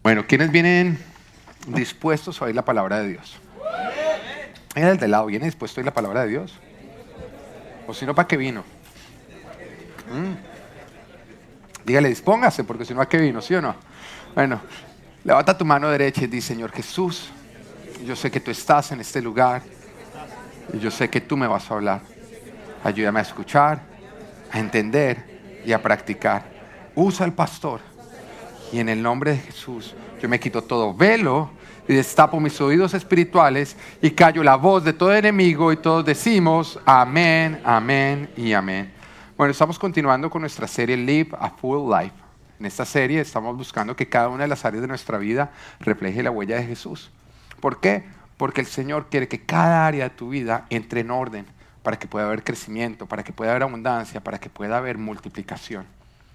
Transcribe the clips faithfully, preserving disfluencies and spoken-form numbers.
Bueno, ¿quiénes vienen dispuestos a oír la palabra de Dios? Mira el de lado, ¿viene dispuesto a oír la palabra de Dios? O si no, ¿para qué vino? ¿Mm? Dígale, dispóngase, porque si no, ¿a qué vino? ¿Sí o no? Bueno, levanta tu mano derecha y di: Señor Jesús, yo sé que tú estás en este lugar y yo sé que tú me vas a hablar. Ayúdame a escuchar, a entender y a practicar. Usa al pastor. Y en el nombre de Jesús, yo me quito todo velo y destapo mis oídos espirituales y callo la voz de todo enemigo, y todos decimos amén, amén y amén. Bueno, estamos continuando con nuestra serie Live a Full Life. En esta serie estamos buscando que cada una de las áreas de nuestra vida refleje la huella de Jesús. ¿Por qué? Porque el Señor quiere que cada área de tu vida entre en orden para que pueda haber crecimiento, para que pueda haber abundancia, para que pueda haber multiplicación.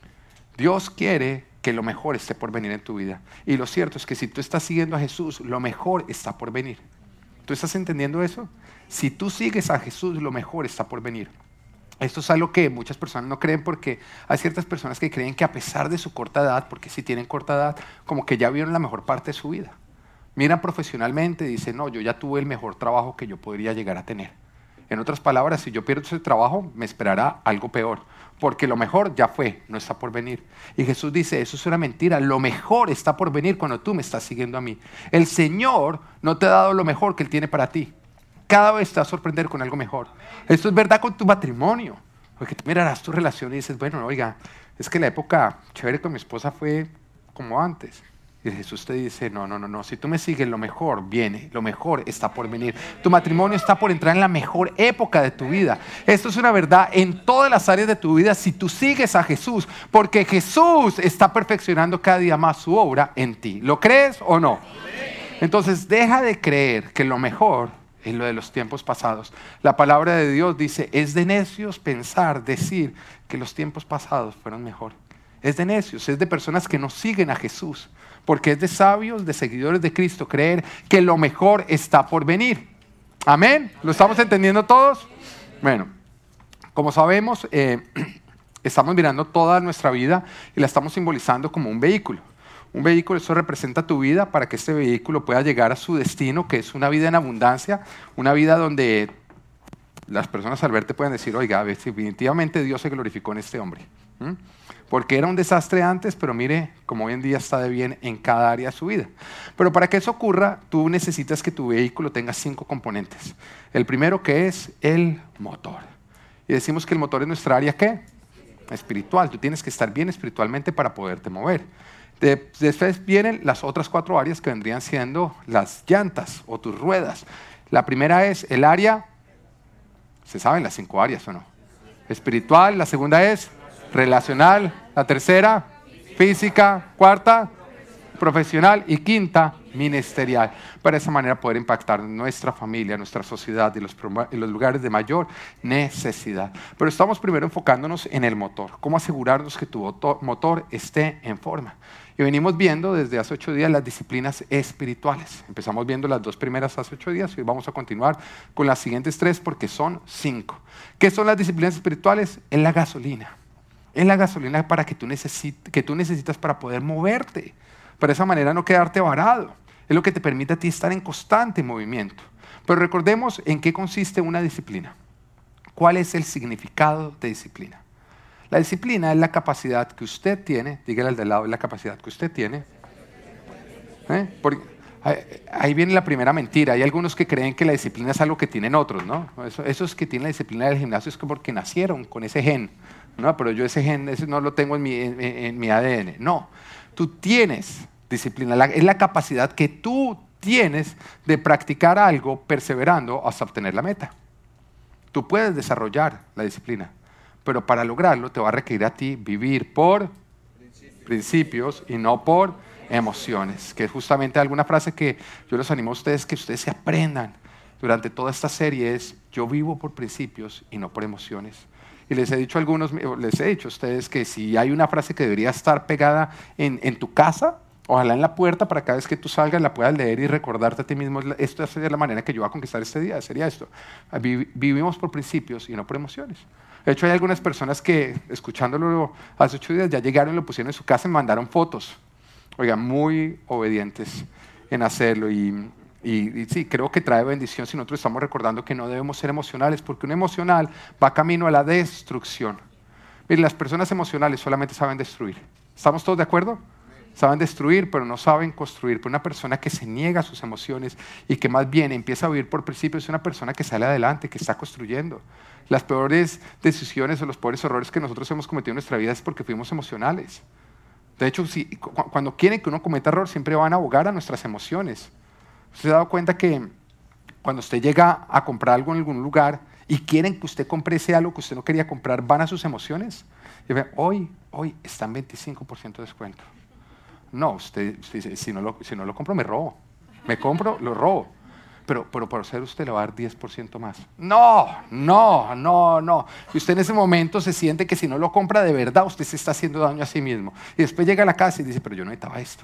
Dios quiere que lo mejor esté por venir en tu vida. Y lo cierto es que si tú estás siguiendo a Jesús, lo mejor está por venir. ¿Tú estás entendiendo eso? Si tú sigues a Jesús, lo mejor está por venir. Esto es algo que muchas personas no creen, porque hay ciertas personas que creen que a pesar de su corta edad, porque si tienen corta edad, como que ya vieron la mejor parte de su vida. Miran profesionalmente y dicen: no, yo ya tuve el mejor trabajo que yo podría llegar a tener. En otras palabras, si yo pierdo ese trabajo, me esperará algo peor, porque lo mejor ya fue, no está por venir. Y Jesús dice: eso es una mentira, lo mejor está por venir cuando tú me estás siguiendo a mí. El Señor no te ha dado lo mejor que Él tiene para ti. Cada vez te va a sorprender con algo mejor. Esto es verdad con tu matrimonio, porque tú mirarás tu relación y dices: bueno, oiga, es que la época chévere con mi esposa fue como antes. Y Jesús te dice: no, no, no, no, si tú me sigues, lo mejor viene, lo mejor está por venir. Tu matrimonio está por entrar en la mejor época de tu vida. Esto es una verdad en todas las áreas de tu vida si tú sigues a Jesús, porque Jesús está perfeccionando cada día más su obra en ti. ¿Lo crees o no? Entonces deja de creer que lo mejor es lo de los tiempos pasados. La palabra de Dios dice: es de necios pensar, decir que los tiempos pasados fueron mejor. Es de necios, es de personas que no siguen a Jesús, porque es de sabios, de seguidores de Cristo, creer que lo mejor está por venir. ¿Amén? ¿Lo estamos entendiendo todos? Bueno, como sabemos, eh, estamos mirando toda nuestra vida y la estamos simbolizando como un vehículo. Un vehículo, eso representa tu vida, para que este vehículo pueda llegar a su destino, que es una vida en abundancia, una vida donde las personas al verte pueden decir: oiga, definitivamente Dios se glorificó en este hombre. ¿Mm? Porque era un desastre antes, pero mire cómo hoy en día está de bien en cada área de su vida. Pero para que eso ocurra, tú necesitas que tu vehículo tenga cinco componentes. El primero, que es el motor. Y decimos que el motor es nuestra área, ¿qué? Espiritual. Tú tienes que estar bien espiritualmente para poderte mover. De, después vienen las otras cuatro áreas, que vendrían siendo las llantas o tus ruedas. La primera es el área, ¿se saben las cinco áreas o no? Espiritual. La segunda es relacional. La tercera, física. Cuarta, profesional. Y quinta, ministerial. Para de esa manera poder impactar nuestra familia, nuestra sociedad y los, y los lugares de mayor necesidad. Pero estamos primero enfocándonos en el motor. ¿Cómo asegurarnos que tu motor esté en forma? Y venimos viendo desde hace ocho días las disciplinas espirituales. Empezamos viendo las dos primeras hace ocho días y hoy vamos a continuar con las siguientes tres, porque son cinco. ¿Qué son las disciplinas espirituales? Es la gasolina. Es la gasolina para que tú, necesit- que tú necesitas para poder moverte. Para esa manera no quedarte varado. Es lo que te permite a ti estar en constante movimiento. Pero recordemos en qué consiste una disciplina. ¿Cuál es el significado de disciplina? La disciplina es la capacidad que usted tiene, dígale al de lado, es la capacidad que usted tiene. ¿Eh? Porque ahí viene la primera mentira. Hay algunos que creen que la disciplina es algo que tienen otros, ¿no? Eso, esos que tienen la disciplina del gimnasio es porque nacieron con ese gen. No, pero yo ese gen ese no lo tengo en mi, en, en mi A D N. No, tú tienes disciplina. La, es la capacidad que tú tienes de practicar algo perseverando hasta obtener la meta. Tú puedes desarrollar la disciplina, pero para lograrlo te va a requerir a ti vivir por principios, principios y no por emociones. Que es justamente alguna frase que yo les animo a ustedes que ustedes se aprendan durante toda esta serie es: yo vivo por principios y no por emociones. Y les he dicho a algunos, les he dicho a ustedes que si hay una frase que debería estar pegada en, en tu casa, ojalá en la puerta, para cada vez que tú salgas la puedas leer y recordarte a ti mismo: esto sería la manera que yo voy a conquistar este día, sería esto: vivimos por principios y no por emociones. De hecho, hay algunas personas que, escuchándolo hace ocho días, ya llegaron y lo pusieron en su casa y me mandaron fotos. Oigan, muy obedientes en hacerlo y, y, y sí, creo que trae bendición si nosotros estamos recordando que no debemos ser emocionales, porque un emocional va camino a la destrucción. Miren, las personas emocionales solamente saben destruir. ¿Estamos todos de acuerdo? Saben destruir, pero no saben construir. Pero una persona que se niega a sus emociones y que más bien empieza a vivir por principios es una persona que sale adelante, que está construyendo. Las peores decisiones o los peores errores que nosotros hemos cometido en nuestra vida es porque fuimos emocionales. De hecho, si, cuando quieren que uno cometa error, siempre van a abogar a nuestras emociones. ¿Usted se ha dado cuenta que cuando usted llega a comprar algo en algún lugar y quieren que usted compre ese algo que usted no quería comprar, van a sus emociones? Y ven, hoy, hoy está en veinticinco por ciento de descuento. No, usted, usted dice, si no, lo, si no lo compro, me robo. Me compro, lo robo. Pero, pero por ser usted le va a dar diez por ciento más. No, no, no, no. Y usted en ese momento se siente que si no lo compra de verdad, usted se está haciendo daño a sí mismo. Y después llega a la casa y dice, pero yo no necesitaba esto.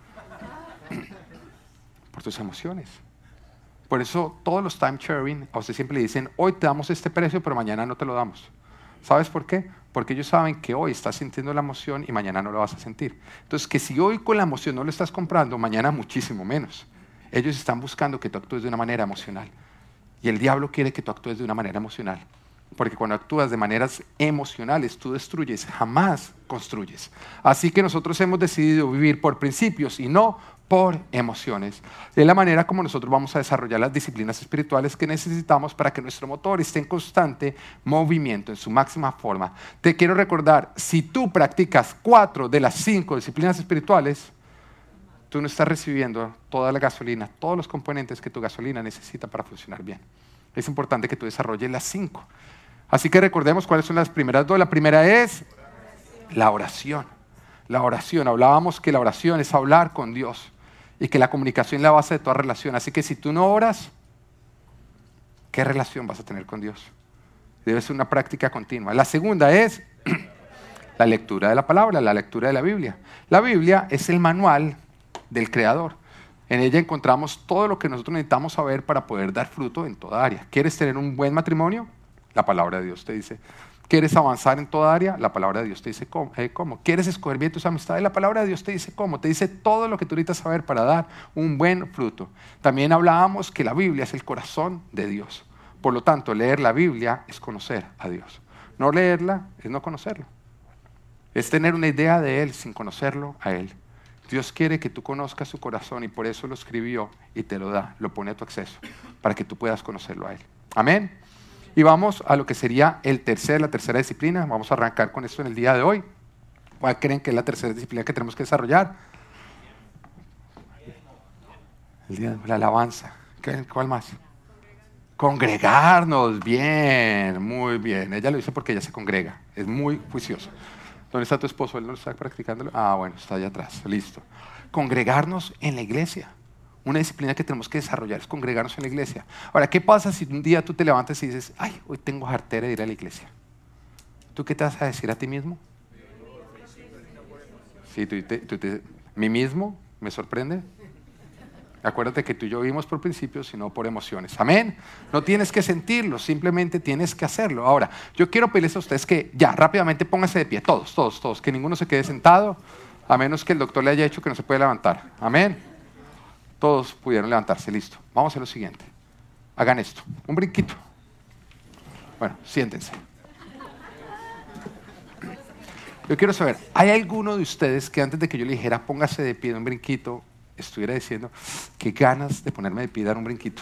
Por tus emociones. Por eso todos los time sharing, a usted siempre le dicen, hoy te damos este precio, pero mañana no te lo damos. ¿Sabes por qué? Porque ellos saben que hoy estás sintiendo la emoción y mañana no lo vas a sentir. Entonces, que si hoy con la emoción no lo estás comprando, mañana muchísimo menos. Ellos están buscando que tú actúes de una manera emocional. Y el diablo quiere que tú actúes de una manera emocional. Porque cuando actúas de maneras emocionales, tú destruyes, jamás construyes. Así que nosotros hemos decidido vivir por principios y no por emociones. Es la manera como nosotros vamos a desarrollar las disciplinas espirituales que necesitamos para que nuestro motor esté en constante movimiento, en su máxima forma. Te quiero recordar, si tú practicas cuatro de las cinco disciplinas espirituales, tú no estás recibiendo toda la gasolina, todos los componentes que tu gasolina necesita para funcionar bien. Es importante que tú desarrolles las cinco. Así que recordemos cuáles son las primeras dos. La primera es la oración. La oración. Hablábamos que la oración es hablar con Dios y que la comunicación es la base de toda relación. Así que si tú no oras, ¿qué relación vas a tener con Dios? Debe ser una práctica continua. La segunda es la lectura de la palabra, la lectura de la Biblia. La Biblia es el manual del Creador. En ella encontramos todo lo que nosotros necesitamos saber para poder dar fruto en toda área. ¿Quieres tener un buen matrimonio? La palabra de Dios te dice. ¿Quieres avanzar en toda área? La palabra de Dios te dice cómo. Eh, ¿cómo? ¿Quieres escoger bien tus amistades? La palabra de Dios te dice cómo. Te dice todo lo que tú necesitas saber para dar un buen fruto. También hablábamos que la Biblia es el corazón de Dios. Por lo tanto, leer la Biblia es conocer a Dios. No leerla es no conocerlo. Es tener una idea de Él sin conocerlo a Él. Dios quiere que tú conozcas su corazón y por eso lo escribió y te lo da, lo pone a tu acceso, para que tú puedas conocerlo a Él. Amén. Y vamos a lo que sería el tercer, la tercera disciplina. Vamos a arrancar con esto en el día de hoy. ¿Cuál creen que es la tercera disciplina que tenemos que desarrollar? El día de la alabanza. ¿Cuál más? Congregarnos. Bien, muy bien. Ella lo dice porque ella se congrega. Es muy juicioso. ¿Dónde está tu esposo? ¿Él no lo está practicando? Ah, bueno, está allá atrás. Listo. Congregarnos en la iglesia. Una disciplina que tenemos que desarrollar es congregarnos en la iglesia. Ahora, ¿qué pasa si un día tú te levantas y dices, ay, hoy tengo jartera de ir a la iglesia? ¿Tú qué te vas a decir a ti mismo? Sí, tú te, tú te, ¿mí mismo? ¿Me sorprende? Acuérdate que tú y yo vivimos por principios y no por emociones. Amén. No tienes que sentirlo, simplemente tienes que hacerlo. Ahora, yo quiero pedirles a ustedes que ya rápidamente pónganse de pie, todos, todos, todos, que ninguno se quede sentado, a menos que el doctor le haya dicho que no se puede levantar. Amén. Todos pudieron levantarse, listo. Vamos a hacer lo siguiente. Hagan esto, un brinquito. Bueno, siéntense. Yo quiero saber, ¿hay alguno de ustedes que antes de que yo le dijera póngase de pie de un brinquito, estuviera diciendo, qué ganas de ponerme de pie y dar un brinquito?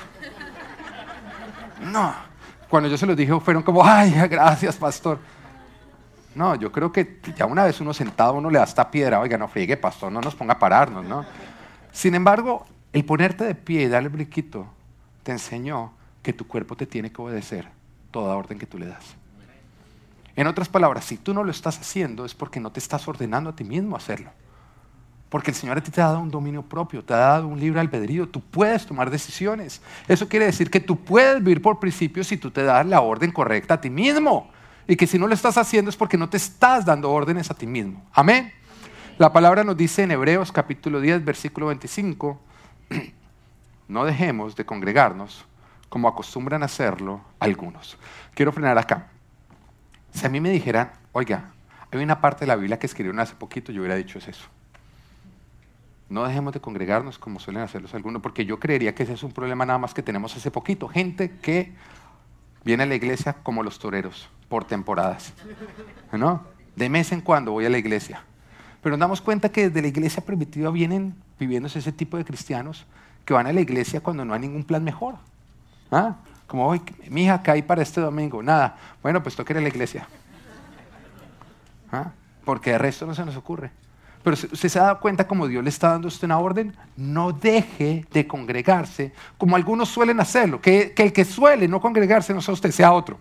No. Cuando yo se los dije fueron como, ay, gracias, pastor. No, yo creo que ya una vez uno sentado, uno le da esta piedra, oiga, no friegue, pastor, no nos ponga a pararnos, ¿no? Sin embargo, el ponerte de pie y darle el brinquito te enseñó que tu cuerpo te tiene que obedecer toda orden que tú le das. En otras palabras, si tú no lo estás haciendo es porque no te estás ordenando a ti mismo hacerlo. Porque el Señor a ti te ha dado un dominio propio, te ha dado un libre albedrío, tú puedes tomar decisiones. Eso quiere decir que tú puedes vivir por principios si tú te das la orden correcta a ti mismo. Y que si no lo estás haciendo es porque no te estás dando órdenes a ti mismo. Amén. La palabra nos dice en Hebreos capítulo diez, versículo veinticinco, no dejemos de congregarnos como acostumbran hacerlo algunos. Quiero frenar acá. Si a mí me dijeran, oiga, hay una parte de la Biblia que escribieron hace poquito, yo hubiera dicho es eso. No dejemos de congregarnos como suelen hacerlos algunos, porque yo creería que ese es un problema nada más que tenemos hace poquito. Gente que viene a la iglesia como los toreros, por temporadas, ¿no? De mes en cuando voy a la iglesia. Pero nos damos cuenta que desde la iglesia primitiva vienen viviéndose ese tipo de cristianos que van a la iglesia cuando no hay ningún plan mejor. ¿Ah? Como, hoy, mi hija, ¿qué hay para este domingo? Nada. Bueno, pues toca ir a la iglesia. ¿Ah? Porque el resto no se nos ocurre. Pero usted se ha dado cuenta como Dios le está dando a usted una orden, no deje de congregarse como algunos suelen hacerlo, que, que el que suele no congregarse no sea usted, sea otro.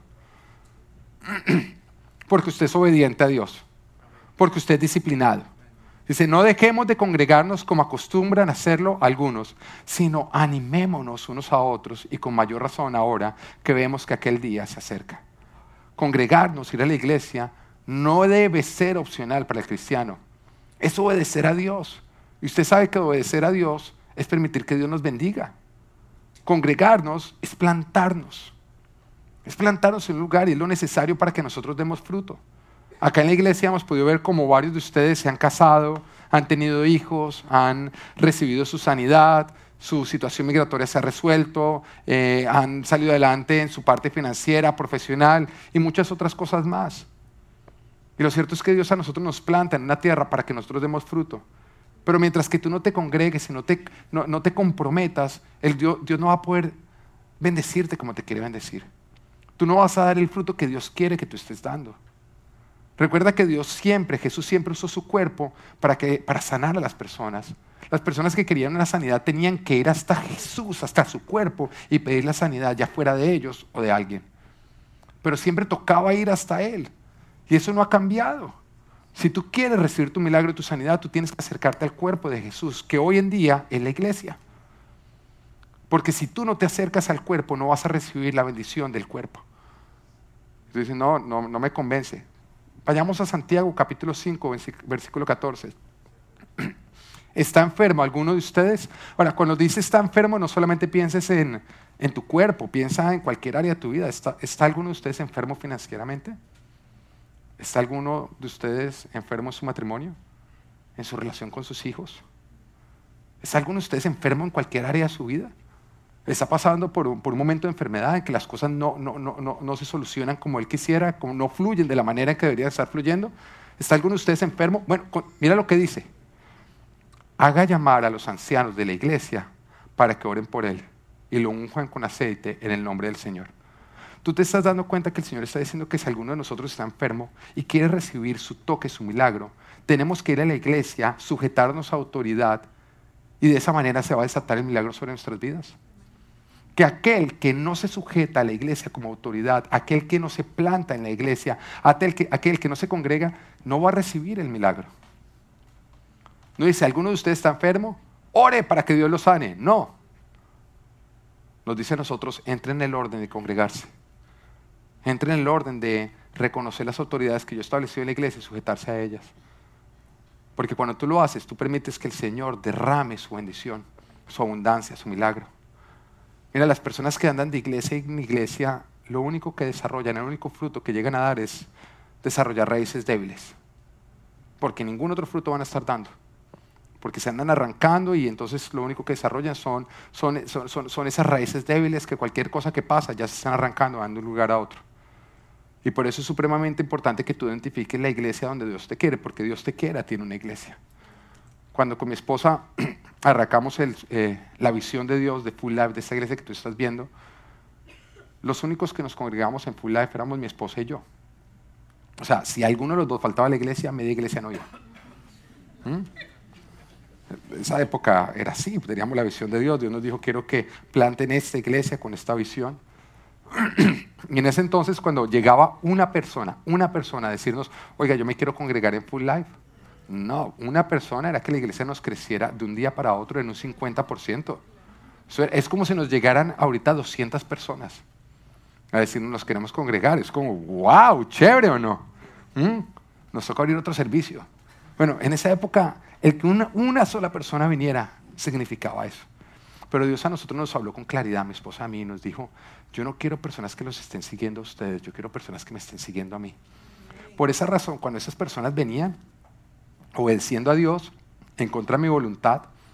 Porque usted es obediente a Dios, porque usted es disciplinado. Dice, no dejemos de congregarnos como acostumbran a hacerlo algunos, sino animémonos unos a otros y con mayor razón ahora que vemos que aquel día se acerca. Congregarnos, ir a la iglesia, no debe ser opcional para el cristiano. Es obedecer a Dios. Y usted sabe que obedecer a Dios es permitir que Dios nos bendiga. Congregarnos es plantarnos. Es plantarnos en un lugar y es lo necesario para que nosotros demos fruto. Acá en la iglesia hemos podido ver cómo varios de ustedes se han casado, han tenido hijos, han recibido su sanidad, su situación migratoria se ha resuelto, eh, han salido adelante en su parte financiera, profesional y muchas otras cosas más. Y lo cierto es que Dios a nosotros nos planta en una tierra para que nosotros demos fruto. Pero mientras que tú no te congregues y no te, no, no te comprometas, el Dios, Dios no va a poder bendecirte como te quiere bendecir. Tú no vas a dar el fruto que Dios quiere que tú estés dando. Recuerda que Dios siempre, Jesús siempre usó su cuerpo para, que, para sanar a las personas. Las personas que querían una sanidad tenían que ir hasta Jesús, hasta su cuerpo y pedir la sanidad, ya fuera de ellos o de alguien. Pero siempre tocaba ir hasta Él. Y eso no ha cambiado. Si tú quieres recibir tu milagro y tu sanidad, tú tienes que acercarte al cuerpo de Jesús, que hoy en día es la iglesia. Porque si tú no te acercas al cuerpo, no vas a recibir la bendición del cuerpo. Tú dices, no, no, no me convence. Vayamos a Santiago capítulo cinco, versículo catorce. ¿Está enfermo alguno de ustedes? Ahora, cuando dice está enfermo, no solamente pienses en, en tu cuerpo, piensa en cualquier área de tu vida. ¿Está, ¿Está alguno de ustedes enfermo financieramente? ¿Está alguno de ustedes enfermo en su matrimonio? ¿En su relación con sus hijos? ¿Está alguno de ustedes enfermo en cualquier área de su vida? ¿Está pasando por un, por un momento de enfermedad en que las cosas no, no, no, no, no se solucionan como él quisiera, como no fluyen de la manera en que deberían estar fluyendo? ¿Está alguno de ustedes enfermo? Bueno, con, mira lo que dice. Haga llamar a los ancianos de la iglesia para que oren por él y lo unjan con aceite en el nombre del Señor. Tú te estás dando cuenta que el Señor está diciendo que si alguno de nosotros está enfermo y quiere recibir su toque, su milagro, tenemos que ir a la iglesia, sujetarnos a autoridad y de esa manera se va a desatar el milagro sobre nuestras vidas. Que aquel que no se sujeta a la iglesia como autoridad, aquel que no se planta en la iglesia, aquel que, aquel que no se congrega, no va a recibir el milagro. No dice, ¿alguno de ustedes está enfermo? Ore para que Dios lo sane. No. Nos dice a nosotros, entre en el orden de congregarse. Entre en el orden de reconocer las autoridades que yo he establecido en la iglesia y sujetarse a ellas. Porque cuando tú lo haces, tú permites que el Señor derrame su bendición, su abundancia, su milagro. Mira, las personas que andan de iglesia en iglesia, lo único que desarrollan, el único fruto que llegan a dar es desarrollar raíces débiles. Porque ningún otro fruto van a estar dando. Porque se andan arrancando y entonces lo único que desarrollan son, son, son, son, son esas raíces débiles que cualquier cosa que pasa ya se están arrancando, dando un lugar a otro. Y por eso es supremamente importante que tú identifiques la iglesia donde Dios te quiere, porque Dios te quiere, tiene una iglesia. Cuando con mi esposa arrancamos el, eh, la visión de Dios de Full Life, de esta iglesia que tú estás viendo, los únicos que nos congregamos en Full Life éramos mi esposa y yo. O sea, si alguno de los dos faltaba a la iglesia, media iglesia no iba. ¿Mm? En esa época era así, teníamos la visión de Dios. Dios nos dijo, quiero que planten esta iglesia con esta visión. Y en ese entonces, cuando llegaba una persona, una persona a decirnos, oiga, yo me quiero congregar en Full Life. No, una persona era que la iglesia nos creciera de un día para otro en un cincuenta por ciento. Es como si nos llegaran ahorita doscientas personas a decirnos, nos queremos congregar. Es como, wow, chévere o no. ¿Mm? Nos toca abrir otro servicio. Bueno, en esa época, el que una, una sola persona viniera significaba eso. Pero Dios a nosotros nos habló con claridad, mi esposa a mí, nos dijo, yo no quiero personas que los estén siguiendo a ustedes, yo quiero personas que me estén siguiendo a mí. Por esa razón, cuando esas personas venían, obedeciendo a Dios, en contra de mi voluntad,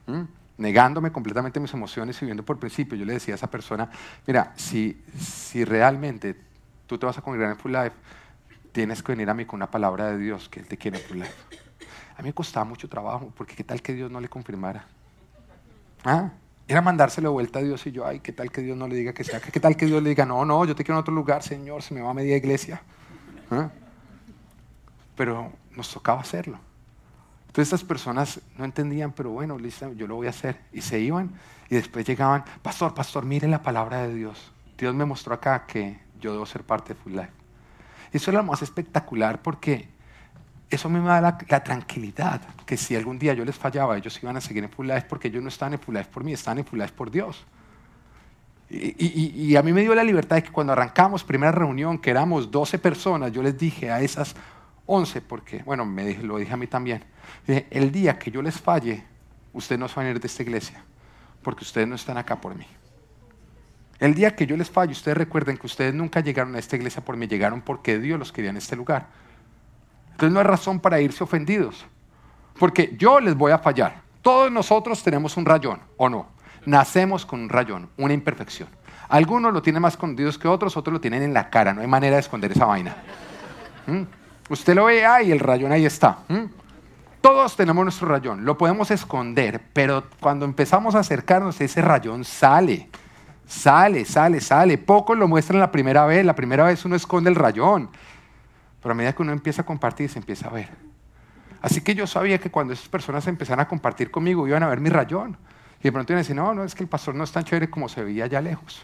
¿Mm? Negándome completamente mis emociones y viviendo por principio. Yo le decía a esa persona, mira, si, si realmente tú te vas a congregar en Full Life, tienes que venir a mí con una palabra de Dios que Él te quiere en Full Life. A mí me costaba mucho trabajo, porque qué tal que Dios no le confirmara. ¿Ah? Era mandárselo de vuelta a Dios y yo, ay, qué tal que Dios no le diga que sea, qué tal que Dios le diga, no, no, yo te quiero en otro lugar, Señor, se me va a media iglesia. ¿Ah? Pero nos tocaba hacerlo. Entonces estas personas no entendían, pero bueno, listo, yo lo voy a hacer. Y se iban y después llegaban, pastor, pastor, mire la palabra de Dios. Dios me mostró acá que yo debo ser parte de Full Life. Eso es lo más espectacular porque eso a mí me da la, la tranquilidad que si algún día yo les fallaba, ellos iban a seguir en Full Life porque ellos no estaban en Full Life por mí, estaban en Full Life por Dios. Y, y, y a mí me dio la libertad de que cuando arrancamos primera reunión, que éramos doce personas, yo les dije a esas once, porque, bueno, me dije, lo dije a mí también, dije, el día que yo les falle, ustedes no se van a ir de esta iglesia, porque ustedes no están acá por mí. El día que yo les falle, ustedes recuerden que ustedes nunca llegaron a esta iglesia por mí, llegaron porque Dios los quería en este lugar. Entonces no hay razón para irse ofendidos, porque yo les voy a fallar. Todos nosotros tenemos un rayón, ¿o no? Nacemos con un rayón, una imperfección. Algunos lo tienen más escondidos que otros, otros lo tienen en la cara, no hay manera de esconder esa vaina. ¿Mm? Usted lo ve ahí, el rayón ahí está. ¿Mm? Todos tenemos nuestro rayón, lo podemos esconder, pero cuando empezamos a acercarnos, ese rayón sale, sale, sale, sale. Pocos lo muestran la primera vez, la primera vez uno esconde el rayón, pero a medida que uno empieza a compartir, se empieza a ver. Así que yo sabía que cuando esas personas empezaran a compartir conmigo, iban a ver mi rayón. Y de pronto iban a decir, no, no, es que el pastor no es tan chévere como se veía allá lejos.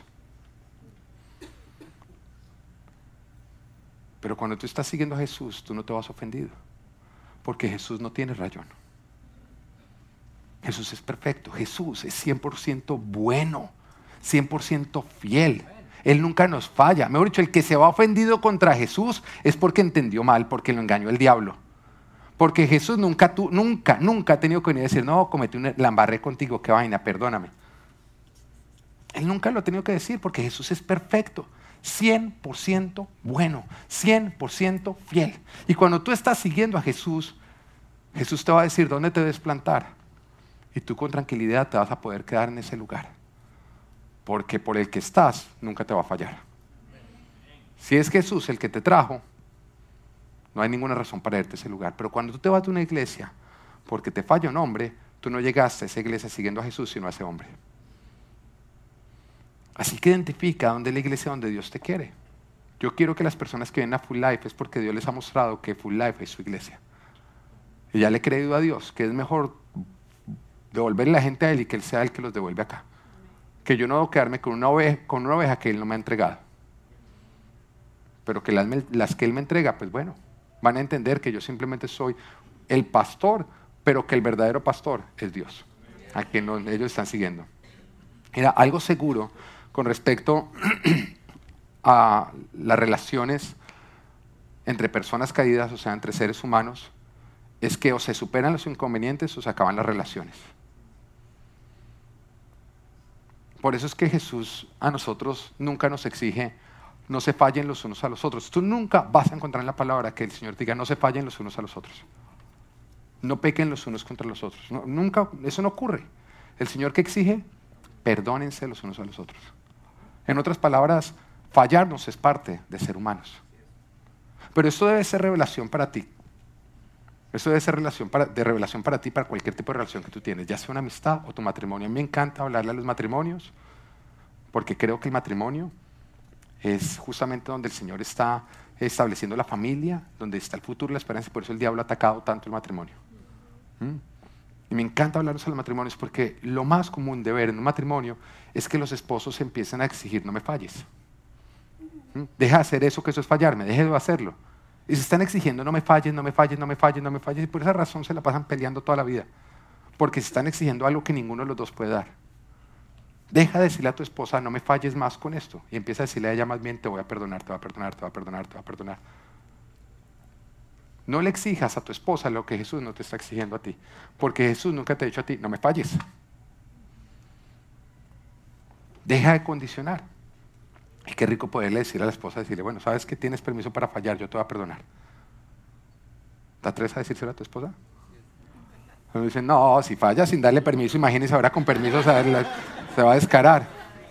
Pero cuando tú estás siguiendo a Jesús, tú no te vas ofendido. Porque Jesús no tiene rayón. Jesús es perfecto. Jesús es cien por ciento bueno, cien por ciento fiel. Él nunca nos falla. Mejor dicho, el que se va ofendido contra Jesús es porque entendió mal, porque lo engañó el diablo. Porque Jesús nunca, tú, nunca, nunca ha tenido que venir a decir, no, cometí una, la embarré contigo, qué vaina, perdóname. Él nunca lo ha tenido que decir porque Jesús es perfecto. cien por ciento bueno, cien por ciento fiel. Y cuando tú estás siguiendo a Jesús, Jesús te va a decir dónde te debes plantar. Y tú con tranquilidad te vas a poder quedar en ese lugar. Porque por el que estás, nunca te va a fallar. Si es Jesús el que te trajo, no hay ninguna razón para irte a ese lugar. Pero cuando tú te vas de una iglesia, porque te falla un hombre, tú no llegaste a esa iglesia siguiendo a Jesús, sino a ese hombre. Así que identifica dónde es la iglesia donde Dios te quiere. Yo quiero que las personas que vienen a Full Life es porque Dios les ha mostrado que Full Life es su iglesia. Y ya le he creído a Dios que es mejor devolverle la gente a Él y que Él sea el que los devuelve acá. Que yo no debo quedarme con una oveja, con una oveja que Él no me ha entregado. Pero que las, las que Él me entrega, pues bueno, van a entender que yo simplemente soy el pastor, pero que el verdadero pastor es Dios, a quien no, ellos están siguiendo. Era algo seguro con respecto a las relaciones entre personas caídas, o sea, entre seres humanos, es que o se superan los inconvenientes o se acaban las relaciones. Por eso es que Jesús a nosotros nunca nos exige no se fallen los unos a los otros. Tú nunca vas a encontrar en la palabra que el Señor diga no se fallen los unos a los otros. No pequen los unos contra los otros. No, nunca, eso no ocurre. El Señor que exige, perdónense los unos a los otros. En otras palabras, fallarnos es parte de ser humanos. Pero esto debe ser revelación para ti. Esto debe ser relación para, de revelación para ti, para cualquier tipo de relación que tú tienes, ya sea una amistad o tu matrimonio. A mí me encanta hablarle a los matrimonios, porque creo que el matrimonio es justamente donde el Señor está estableciendo la familia, donde está el futuro, la esperanza, y por eso el diablo ha atacado tanto el matrimonio. ¿Mm? Y me encanta hablarles a los matrimonios porque lo más común de ver en un matrimonio es que los esposos empiezan a exigir no me falles. ¿Mm? Deja de hacer eso, que eso es fallarme, deje de hacerlo. Y se están exigiendo no me falles, no me falles, no me falles, no me falles, y por esa razón se la pasan peleando toda la vida, porque se están exigiendo algo que ninguno de los dos puede dar. Deja de decirle a tu esposa, no me falles más con esto. Y empieza a decirle a ella más bien, te voy a perdonar, te voy a perdonar, te voy a perdonar, te voy a perdonar. No le exijas a tu esposa lo que Jesús no te está exigiendo a ti. Porque Jesús nunca te ha dicho a ti, no me falles. Deja de condicionar. Y qué rico poderle decir a la esposa, decirle, bueno, sabes que tienes permiso para fallar, yo te voy a perdonar. ¿Te atreves a decírselo a tu esposa? Cuando dicen, no, si falla sin darle permiso, imagínese ahora con permiso se va a descarar.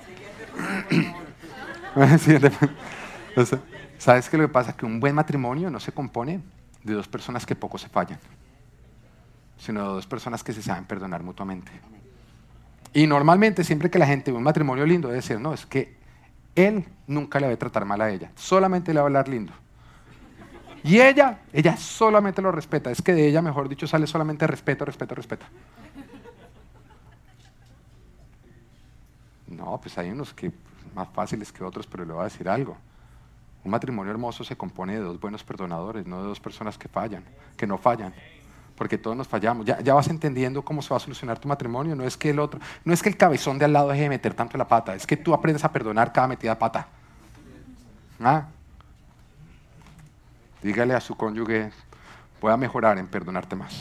¿Sabes qué es lo que pasa? Que un buen matrimonio no se compone de dos personas que poco se fallan, sino de dos personas que se saben perdonar mutuamente. Y normalmente, siempre que la gente ve un matrimonio lindo, debe decir, no, es que él nunca le va a tratar mal a ella, solamente le va a hablar lindo. Y ella, ella solamente lo respeta, es que de ella, mejor dicho, sale solamente respeto, respeto, respeto. No, pues hay unos que más fáciles que otros, pero le voy a decir algo. Un matrimonio hermoso se compone de dos buenos perdonadores, no de dos personas que fallan, que no fallan. Porque todos nos fallamos. Ya, ya vas entendiendo cómo se va a solucionar tu matrimonio. No es que el otro, no es que el cabezón de al lado deje de meter tanto la pata, es que tú aprendes a perdonar cada metida de pata. ¿Ah? Dígale a su cónyuge, voy a mejorar en perdonarte más.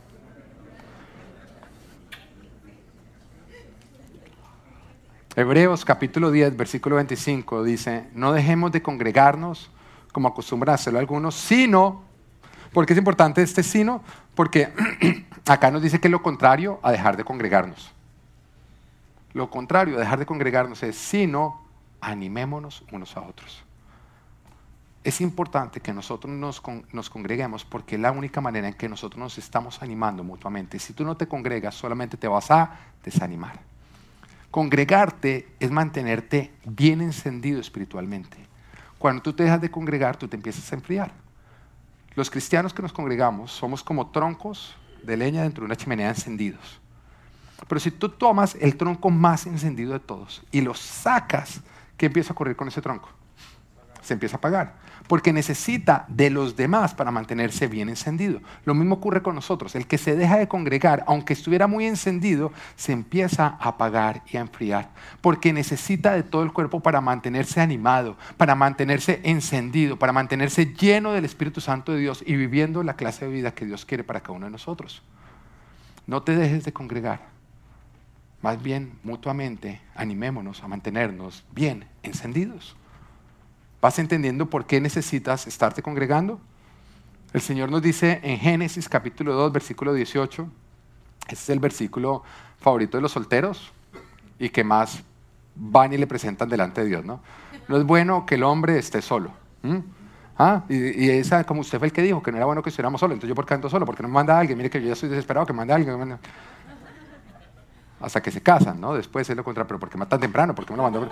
Hebreos capítulo diez, versículo veinticinco dice, no dejemos de congregarnos como acostumbran a hacerlo algunos, sino, ¿por qué es importante este sino? Porque acá nos dice que es lo contrario a dejar de congregarnos. Lo contrario a dejar de congregarnos es, sino, animémonos unos a otros. Es importante que nosotros nos, con, nos congreguemos porque es la única manera en que nosotros nos estamos animando mutuamente. Si tú no te congregas, solamente te vas a desanimar. Congregarte es mantenerte bien encendido espiritualmente. Cuando tú te dejas de congregar, tú te empiezas a enfriar. Los cristianos que nos congregamos somos como troncos de leña dentro de una chimenea encendidos. Pero si tú tomas el tronco más encendido de todos y lo sacas, ¿qué empieza a ocurrir con ese tronco? Se empieza a apagar, porque necesita de los demás para mantenerse bien encendido. Lo mismo ocurre con nosotros. El que se deja de congregar, aunque estuviera muy encendido, se empieza a apagar y a enfriar, porque necesita de todo el cuerpo para mantenerse animado, para mantenerse encendido, para mantenerse lleno del Espíritu Santo de Dios y viviendo la clase de vida que Dios quiere para cada uno de nosotros. No te dejes de congregar. Más bien, mutuamente, animémonos a mantenernos bien encendidos. ¿Vas entendiendo por qué necesitas estarte congregando? El Señor nos dice en Génesis capítulo dos, versículo dieciocho, este es el versículo favorito de los solteros y que más van y le presentan delante de Dios, ¿no? No es bueno que el hombre esté solo. ¿Mm? ¿Ah? Y, y esa, como usted fue el que dijo, que no era bueno que estuviéramos solos, entonces yo por qué ando solo, porque no me manda a alguien, mire que yo ya estoy desesperado, que mande a alguien. Hasta que se casan, ¿no? Después es lo contrario, pero ¿por qué más tan temprano? ¿Por qué me lo mandó?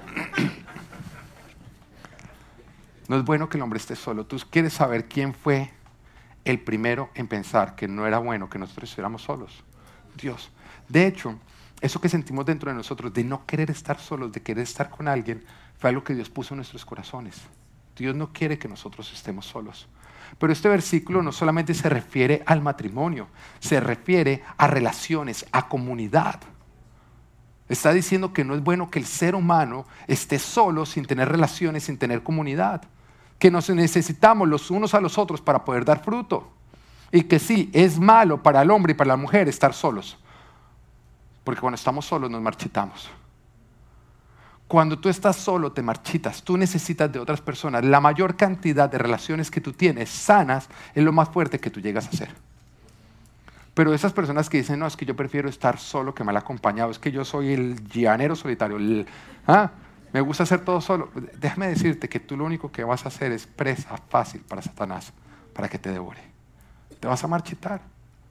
No es bueno que el hombre esté solo. Tú quieres saber quién fue el primero en pensar que no era bueno que nosotros estuviéramos solos. Dios. De hecho, eso que sentimos dentro de nosotros de no querer estar solos, de querer estar con alguien, fue algo que Dios puso en nuestros corazones. Dios no quiere que nosotros estemos solos. Pero este versículo no solamente se refiere al matrimonio, se refiere a relaciones, a comunidad. Está diciendo que no es bueno que el ser humano esté solo sin tener relaciones, sin tener comunidad. Que nos necesitamos los unos a los otros para poder dar fruto. Y que sí, es malo para el hombre y para la mujer estar solos. Porque cuando estamos solos nos marchitamos. Cuando tú estás solo te marchitas, tú necesitas de otras personas. La mayor cantidad de relaciones que tú tienes sanas es lo más fuerte que tú llegas a ser. Pero esas personas que dicen, no, es que yo prefiero estar solo que mal acompañado, es que yo soy el llanero solitario, el, ¿ah? me gusta hacer todo solo. Déjame decirte que tú lo único que vas a hacer es presa fácil para Satanás, para que te devore. Te vas a marchitar.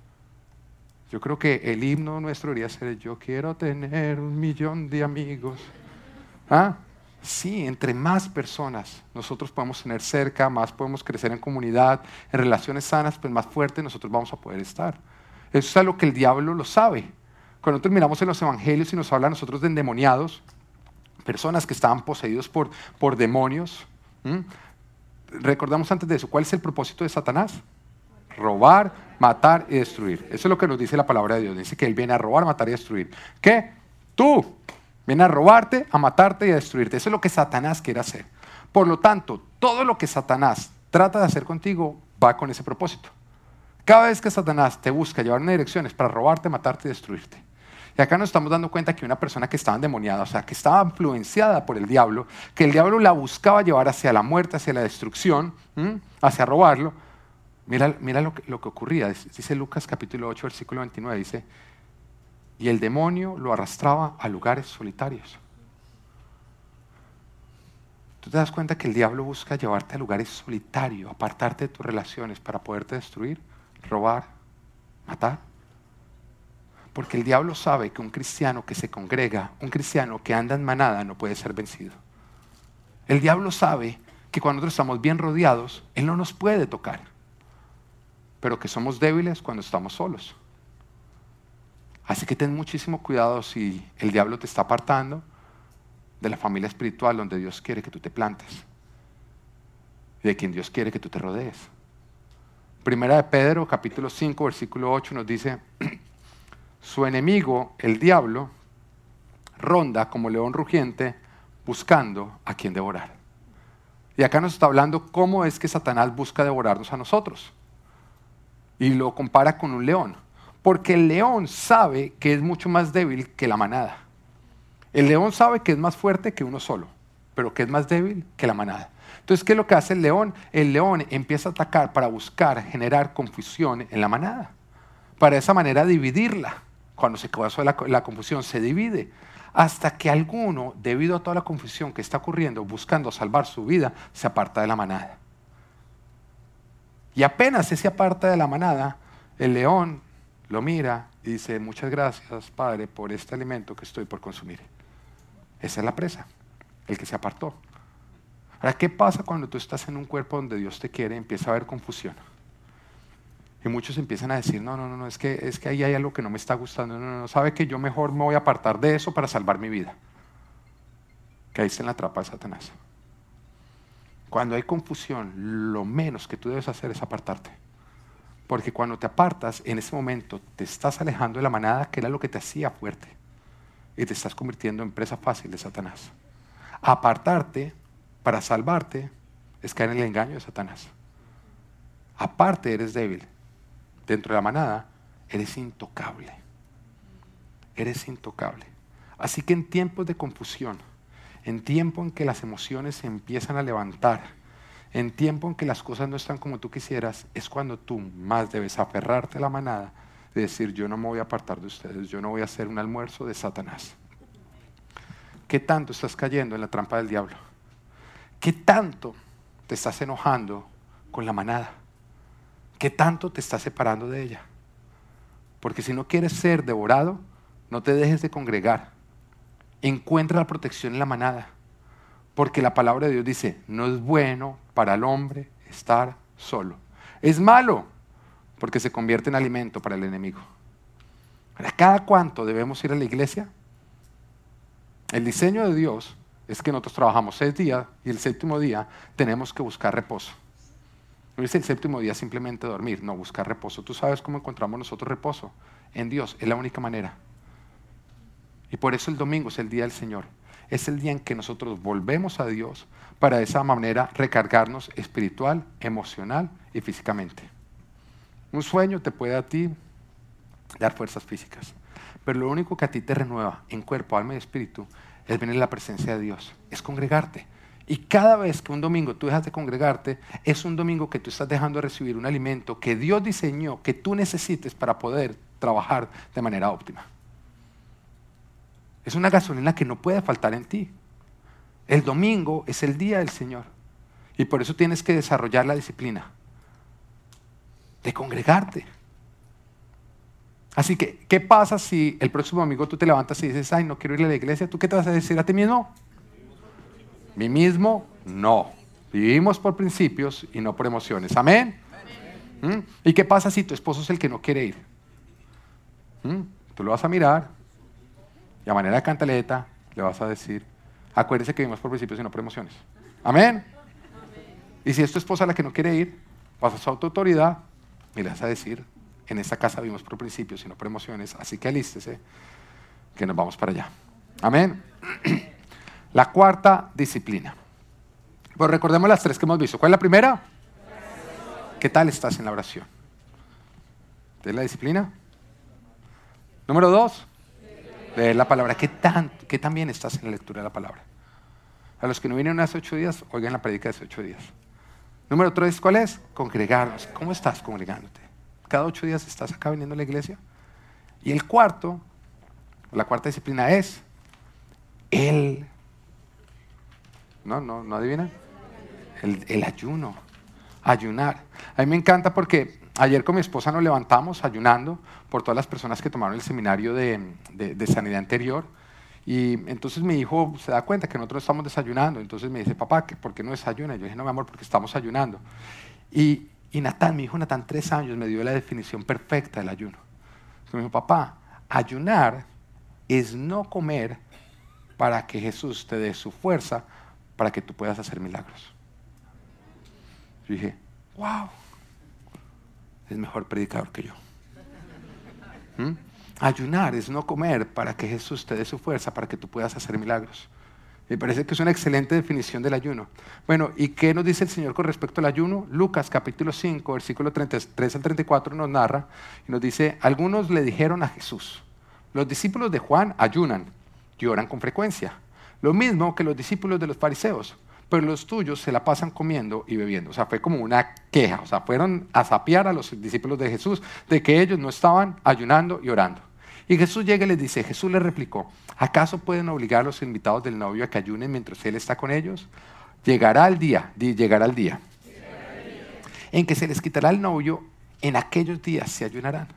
Yo creo que el himno nuestro debería ser, yo quiero tener un millón de amigos. ¿Ah? Sí, entre más personas nosotros podemos tener cerca, más podemos crecer en comunidad, en relaciones sanas, pues más fuerte nosotros vamos a poder estar. Eso es algo que el diablo lo sabe. Cuando nosotros miramos en los evangelios y nos habla a nosotros de endemoniados, personas que estaban poseídos por, por demonios, ¿m? Recordamos antes de eso, ¿cuál es el propósito de Satanás? Robar, matar y destruir. Eso es lo que nos dice la palabra de Dios. Dice que él viene a robar, matar y destruir. ¿Qué? Tú viene a robarte, a matarte y a destruirte. Eso es lo que Satanás quiere hacer. Por lo tanto, todo lo que Satanás trata de hacer contigo va con ese propósito. Cada vez que Satanás te busca llevar una dirección es para robarte, matarte y destruirte. Y acá nos estamos dando cuenta que una persona que estaba endemoniada, o sea, que estaba influenciada por el diablo, que el diablo la buscaba llevar hacia la muerte, hacia la destrucción, ¿m? hacia robarlo, Mira, mira lo, que, lo que ocurría. Dice Lucas capítulo ocho, versículo veintinueve. Dice, y el demonio lo arrastraba a lugares solitarios. ¿Tú te das cuenta que el diablo busca llevarte a lugares solitarios, apartarte de tus relaciones para poderte destruir, robar, matar? Porque el diablo sabe que un cristiano que se congrega, un cristiano que anda en manada no puede ser vencido. El diablo sabe que cuando nosotros estamos bien rodeados, él no nos puede tocar, pero que somos débiles cuando estamos solos. Así que ten muchísimo cuidado si el diablo te está apartando de la familia espiritual donde Dios quiere que tú te plantes y de quien Dios quiere que tú te rodees. Primera de Pedro, capítulo cinco, versículo ocho nos dice, su enemigo, el diablo, ronda como león rugiente buscando a quien devorar. Y acá nos está hablando cómo es que Satanás busca devorarnos a nosotros. Y lo compara con un león. Porque el león sabe que es mucho más débil que la manada. El león sabe que es más fuerte que uno solo, pero que es más débil que la manada. Entonces, ¿qué es lo que hace el león? El león empieza a atacar para buscar generar confusión en la manada. Para de esa manera dividirla. Cuando se causa la, la confusión, se divide. Hasta que alguno, debido a toda la confusión que está ocurriendo, buscando salvar su vida, se aparta de la manada. Y apenas se aparta de la manada, el león lo mira y dice, muchas gracias, Padre, por este alimento que estoy por consumir. Esa es la presa, el que se apartó. Ahora, ¿qué pasa cuando tú estás en un cuerpo donde Dios te quiere y empieza a haber confusión? Y muchos empiezan a decir, no, no, no, es que, es que ahí hay algo que no me está gustando. No, no, no, sabe que yo mejor me voy a apartar de eso para salvar mi vida. Que ahí está en la trampa de Satanás. Cuando hay confusión, lo menos que tú debes hacer es apartarte. Porque cuando te apartas, en ese momento te estás alejando de la manada, que era lo que te hacía fuerte. Y te estás convirtiendo en presa fácil de Satanás. Apartarte para salvarte es caer en el engaño de Satanás. Aparte eres débil. Dentro de la manada eres intocable. Eres intocable. Así que en tiempos de confusión, en tiempo en que las emociones se empiezan a levantar, en tiempo en que las cosas no están como tú quisieras, es cuando tú más debes aferrarte a la manada y decir, yo no me voy a apartar de ustedes, yo no voy a hacer un almuerzo de Satanás. ¿Qué tanto estás cayendo en la trampa del diablo? ¿Qué tanto te estás enojando con la manada? ¿Qué tanto te estás separando de ella? Porque si no quieres ser devorado, no te dejes de congregar. Encuentra la protección en la manada. Porque la palabra de Dios dice, no es bueno para el hombre estar solo. Es malo, porque se convierte en alimento para el enemigo. Ahora, ¿cada cuánto debemos ir a la iglesia? El diseño de Dios es que nosotros trabajamos seis días y el séptimo día tenemos que buscar reposo. No es el séptimo día simplemente dormir, no, buscar reposo. ¿Tú sabes cómo encontramos nosotros reposo? En Dios, es la única manera. Y por eso el domingo es el día del Señor. Es el día en que nosotros volvemos a Dios para de esa manera recargarnos espiritual, emocional y físicamente. Un sueño te puede a ti dar fuerzas físicas, pero lo único que a ti te renueva en cuerpo, alma y espíritu es venir a la presencia de Dios, es congregarte. Y cada vez que un domingo tú dejas de congregarte, es un domingo que tú estás dejando de recibir un alimento que Dios diseñó, que tú necesites para poder trabajar de manera óptima. Es una gasolina que no puede faltar en ti. El domingo es el día del Señor. Y por eso tienes que desarrollar la disciplina de congregarte. Así que, ¿qué pasa si el próximo domingo tú te levantas y dices, ay, no quiero ir a la iglesia? ¿Tú qué te vas a decir a ti mismo? Mí mismo, no. Vivimos por principios y no por emociones. ¿Amén? ¿Mm? ¿Y qué pasa si tu esposo es el que no quiere ir? ¿Mm? Tú lo vas a mirar y a manera de cantaleta le vas a decir, acuérdese que vivimos por principios y no por emociones. ¿Amén? Y si es tu esposa la que no quiere ir, vas a su autoridad y le vas a decir, en esta casa vivimos por principios y no por emociones, así que alístese que nos vamos para allá. ¿Amén? La cuarta disciplina. Pues recordemos las tres que hemos visto. ¿Cuál es la primera? ¿Qué tal estás en la oración? ¿Tienes la disciplina? Número dos, leer la palabra. ¿Qué tan, qué tan bien estás en la lectura de la palabra? A los que no vinieron hace ocho días, oigan la predica de hace ocho días. Número tres, ¿cuál es? Congregarnos. ¿Cómo estás congregándote? Cada ocho días estás acá viniendo a la iglesia. Y el cuarto, la cuarta disciplina es el, no, no, no adivinan, el, el ayuno, ayunar. A mí me encanta porque ayer con mi esposa nos levantamos ayunando por todas las personas que tomaron el seminario de, de, de sanidad interior. Y entonces mi hijo se da cuenta que nosotros estamos desayunando. Entonces me dice, papá, ¿por qué no desayuna? Yo dije, no, mi amor, porque estamos ayunando. Y, y Natán, mi hijo Natán, tres años, me dio la definición perfecta del ayuno. Entonces me dijo, papá, ayunar es no comer para que Jesús te dé su fuerza para que tú puedas hacer milagros. Yo dije, wow, es mejor predicador que yo. ¿Mm? Ayunar es no comer para que Jesús te dé su fuerza para que tú puedas hacer milagros. Me parece que es una excelente definición del ayuno. Bueno, ¿y qué nos dice el Señor con respecto al ayuno? Lucas capítulo cinco, versículo treinta y tres al treinta y cuatro nos narra y nos dice, algunos le dijeron a Jesús, los discípulos de Juan ayunan y oran con frecuencia, lo mismo que los discípulos de los fariseos, pero los tuyos se la pasan comiendo y bebiendo. O sea, fue como una queja, o sea, fueron a sapear a los discípulos de Jesús de que ellos no estaban ayunando y orando. Y Jesús llega y les dice, Jesús les replicó, ¿acaso pueden obligar a los invitados del novio a que ayunen mientras él está con ellos? Llegará el día, di, llegará el día, llegará el día en que se les quitará el novio, en aquellos días se ayunarán.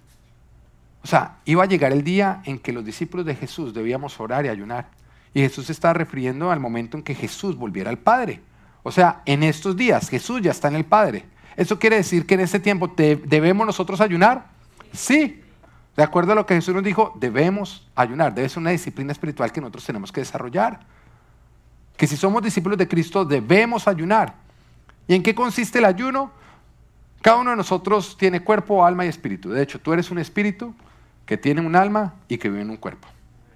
O sea, iba a llegar el día en que los discípulos de Jesús debíamos orar y ayunar. Y Jesús se está refiriendo al momento en que Jesús volviera al Padre. O sea, en estos días Jesús ya está en el Padre. ¿Eso quiere decir que en este tiempo te, debemos nosotros ayunar? Sí. De acuerdo a lo que Jesús nos dijo, debemos ayunar. Debe ser una disciplina espiritual que nosotros tenemos que desarrollar. Que si somos discípulos de Cristo, debemos ayunar. ¿Y en qué consiste el ayuno? Cada uno de nosotros tiene cuerpo, alma y espíritu. De hecho, tú eres un espíritu que tiene un alma y que vive en un cuerpo.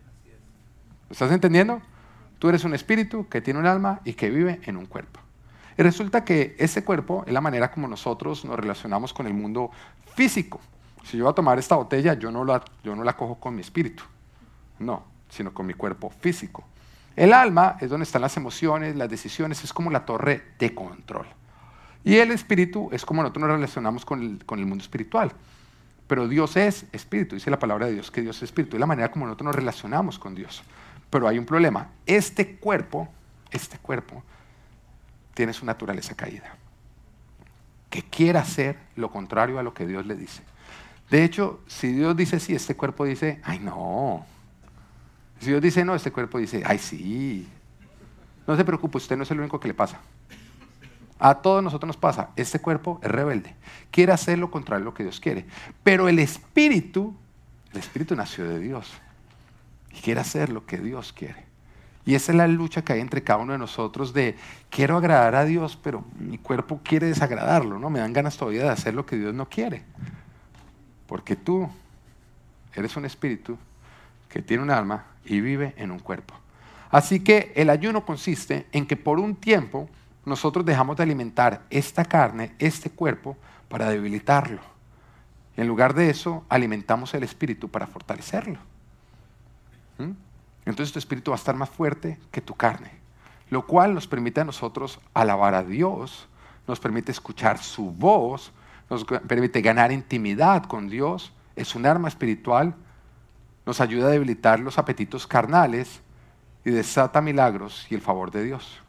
¿Lo estás entendiendo? Tú eres un espíritu que tiene un alma y que vive en un cuerpo. Y resulta que ese cuerpo es la manera como nosotros nos relacionamos con el mundo físico. Si yo voy a tomar esta botella, yo no la, yo no la cojo con mi espíritu, no, sino con mi cuerpo físico. El alma es donde están las emociones, las decisiones, es como la torre de control. Y el espíritu es como nosotros nos relacionamos con el, con el mundo espiritual. Pero Dios es espíritu, dice la palabra de Dios que Dios es espíritu, es la manera como nosotros nos relacionamos con Dios. Pero hay un problema, este cuerpo, este cuerpo, tiene su naturaleza caída, que quiere hacer lo contrario a lo que Dios le dice. De hecho, si Dios dice sí, este cuerpo dice, ay no. Si Dios dice no, este cuerpo dice, ay sí. No se preocupe, usted no es el único que le pasa. A todos nosotros nos pasa, este cuerpo es rebelde, quiere hacer lo contrario a lo que Dios quiere. Pero el espíritu, el espíritu nació de Dios y quiere hacer lo que Dios quiere. Y esa es la lucha que hay entre cada uno de nosotros de quiero agradar a Dios, pero mi cuerpo quiere desagradarlo, ¿no? Me dan ganas todavía de hacer lo que Dios no quiere. Porque tú eres un espíritu que tiene un alma y vive en un cuerpo. Así que el ayuno consiste en que por un tiempo nosotros dejamos de alimentar esta carne, este cuerpo, para debilitarlo. Y en lugar de eso, alimentamos el espíritu para fortalecerlo. ¿Mm? Entonces tu espíritu va a estar más fuerte que tu carne, lo cual nos permite a nosotros alabar a Dios, nos permite escuchar su voz, nos permite ganar intimidad con Dios, es un arma espiritual, nos ayuda a debilitar los apetitos carnales y desata milagros y el favor de Dios.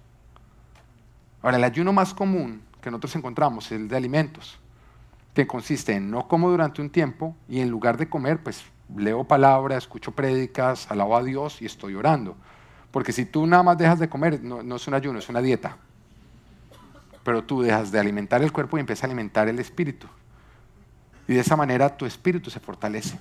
Ahora, el ayuno más común que nosotros encontramos es el de alimentos, que consiste en no como durante un tiempo y en lugar de comer, pues leo palabra, escucho prédicas, alabo a Dios y estoy orando. Porque si tú nada más dejas de comer, no, no es un ayuno, es una dieta. Pero tú dejas de alimentar el cuerpo y empiezas a alimentar el espíritu. Y de esa manera tu espíritu se fortalece.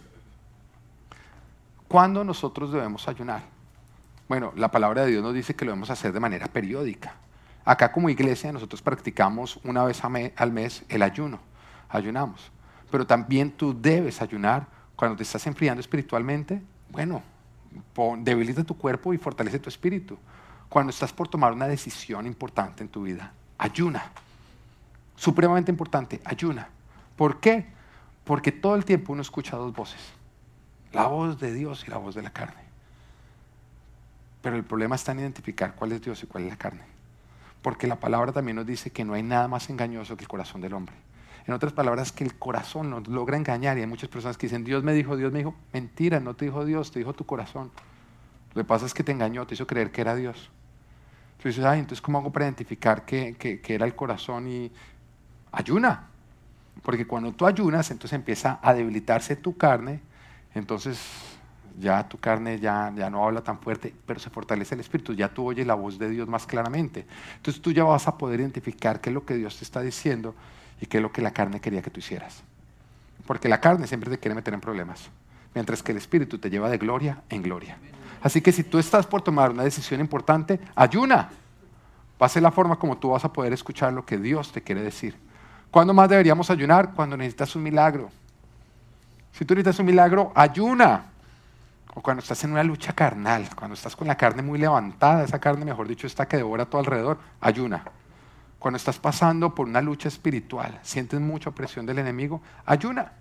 ¿Cuándo nosotros debemos ayunar? Bueno, la palabra de Dios nos dice que lo debemos hacer de manera periódica. Acá como iglesia nosotros practicamos una vez al mes el ayuno. Ayunamos. Pero también tú debes ayunar cuando te estás enfriando espiritualmente. Bueno, debilita tu cuerpo y fortalece tu espíritu. Cuando estás por tomar una decisión importante en tu vida, ayuna. Supremamente importante, ayuna. ¿Por qué? Porque todo el tiempo uno escucha dos voces. La voz de Dios y la voz de la carne. Pero el problema está en identificar cuál es Dios y cuál es la carne. Porque la palabra también nos dice que no hay nada más engañoso que el corazón del hombre. En otras palabras, que el corazón nos logra engañar. Y hay muchas personas que dicen, Dios me dijo, Dios me dijo. Mentira, no te dijo Dios, te dijo tu corazón. Lo que pasa es que te engañó, te hizo creer que era Dios. Entonces dices, ay, entonces ¿cómo hago para identificar que, que, que era el corazón? Y ayuna. Porque cuando tú ayunas, entonces empieza a debilitarse tu carne. Entonces ya tu carne ya, ya no habla tan fuerte, pero se fortalece el espíritu. Ya tú oyes la voz de Dios más claramente. Entonces tú ya vas a poder identificar qué es lo que Dios te está diciendo y qué es lo que la carne quería que tú hicieras. Porque la carne siempre te quiere meter en problemas, mientras que el espíritu te lleva de gloria en gloria. Así que si tú estás por tomar una decisión importante, ayuna. Va a ser la forma como tú vas a poder escuchar lo que Dios te quiere decir. ¿Cuándo más deberíamos ayunar? Cuando necesitas un milagro. Si tú necesitas un milagro, ayuna. O cuando estás en una lucha carnal, cuando estás con la carne muy levantada, esa carne, mejor dicho, está que devora a tu alrededor, ayuna. Cuando estás pasando por una lucha espiritual, sientes mucha opresión del enemigo, ayuna.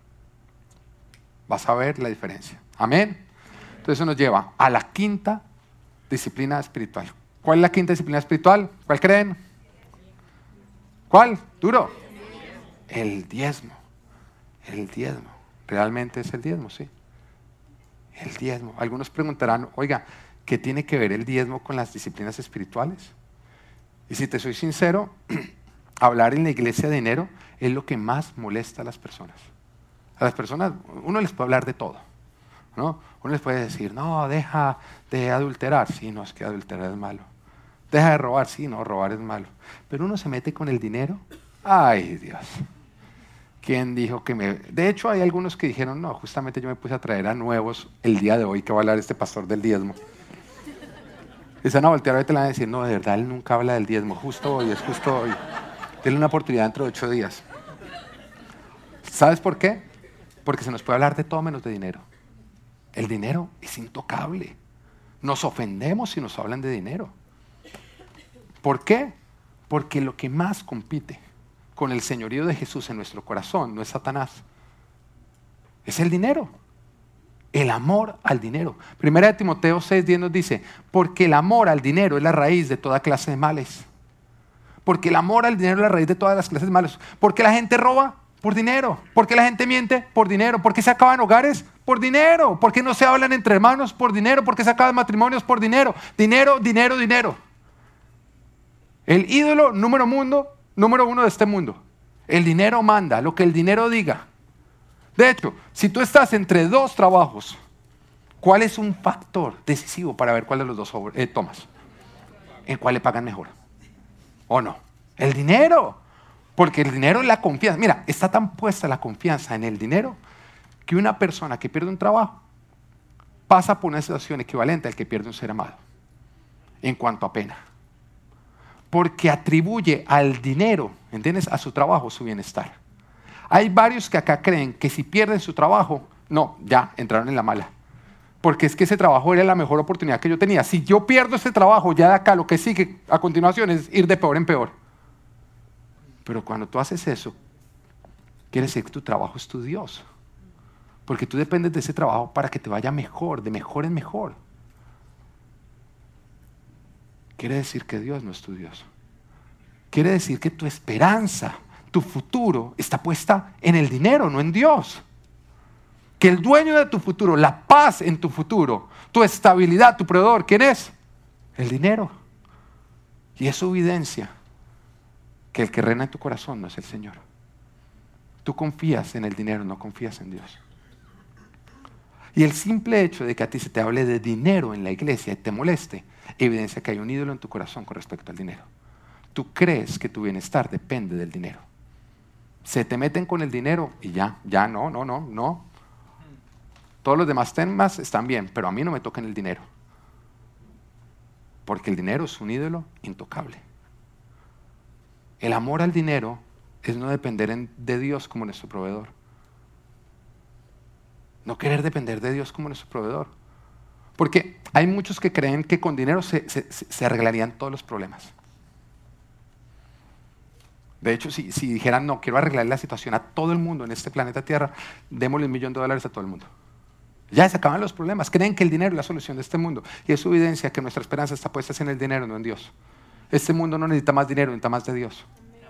Vas a ver la diferencia. Amén. Entonces eso nos lleva a la quinta disciplina espiritual. ¿Cuál es la quinta disciplina espiritual? ¿Cuál creen? ¿Cuál? ¿Duro? El diezmo. El diezmo. Realmente es el diezmo, sí. El diezmo. Algunos preguntarán, oiga, ¿qué tiene que ver el diezmo con las disciplinas espirituales? Y si te soy sincero, hablar en la iglesia de dinero es lo que más molesta a las personas. A las personas, uno les puede hablar de todo, ¿no? Uno les puede decir, no, deja de adulterar. Sí, no, es que adulterar es malo. Deja de robar. Sí, no, robar es malo. Pero uno se mete con el dinero. Ay, Dios. ¿Quién dijo que me...? De hecho, hay algunos que dijeron, no, justamente yo me puse a traer a nuevos el día de hoy que va a hablar este pastor del diezmo. Y se van a voltear ahorita y le van a decir, no, de verdad, él nunca habla del diezmo. Justo hoy, es justo hoy. Denle una oportunidad dentro de ocho días. ¿Sabes por qué? Porque se nos puede hablar de todo menos de dinero. El dinero es intocable. Nos ofendemos si nos hablan de dinero. ¿Por qué? Porque lo que más compite con el señorío de Jesús en nuestro corazón no es Satanás, es el dinero. El amor al dinero. Primera de Timoteo seis diez nos dice, porque el amor al dinero es la raíz de toda clase de males. Porque el amor al dinero es la raíz de todas las clases de males. Porque la gente roba por dinero. Porque la gente miente por dinero. Porque se acaban hogares por dinero. Porque no se hablan entre hermanos por dinero. Porque se acaban matrimonios por dinero. Dinero, dinero, dinero. El ídolo número mundo, número uno de este mundo. El dinero manda, lo que el dinero diga. De hecho, si tú estás entre dos trabajos, ¿cuál es un factor decisivo para ver cuál de los dos eh, tomas? ¿En cuál le pagan mejor? ¿O no? El dinero. Porque el dinero es la confianza. Mira, está tan puesta la confianza en el dinero que una persona que pierde un trabajo pasa por una situación equivalente al que pierde un ser amado en cuanto a pena. Porque atribuye al dinero, ¿entiendes?, a su trabajo su bienestar. Hay varios que acá creen que si pierden su trabajo, no, ya entraron en la mala. Porque es que ese trabajo era la mejor oportunidad que yo tenía. Si yo pierdo ese trabajo, ya de acá lo que sigue a continuación es ir de peor en peor. Pero cuando tú haces eso, quiere decir que tu trabajo es tu Dios. Porque tú dependes de ese trabajo para que te vaya mejor, de mejor en mejor. Quiere decir que Dios no es tu Dios. Quiere decir que tu esperanza, tu futuro está puesta en el dinero, no en Dios. Que el dueño de tu futuro, la paz en tu futuro, tu estabilidad, tu proveedor, ¿quién es? El dinero. Y eso evidencia que el que reina en tu corazón no es el Señor. Tú confías en el dinero, no confías en Dios. Y el simple hecho de que a ti se te hable de dinero en la iglesia y te moleste, evidencia que hay un ídolo en tu corazón con respecto al dinero. Tú crees que tu bienestar depende del dinero. Se te meten con el dinero y ya, ya no, no, no, no. Todos los demás temas están bien, pero a mí no me tocan el dinero. Porque el dinero es un ídolo intocable. El amor al dinero es no depender en, de Dios como nuestro proveedor. No querer depender de Dios como nuestro proveedor. Porque hay muchos que creen que con dinero se, se, se arreglarían todos los problemas. De hecho, si, si dijeran, no, quiero arreglar la situación a todo el mundo en este planeta Tierra, démosle un millón de dólares a todo el mundo. Ya se acaban los problemas. Creen que el dinero es la solución de este mundo. Y eso evidencia que nuestra esperanza está puesta en el dinero, no en Dios. Este mundo no necesita más dinero, necesita más de Dios.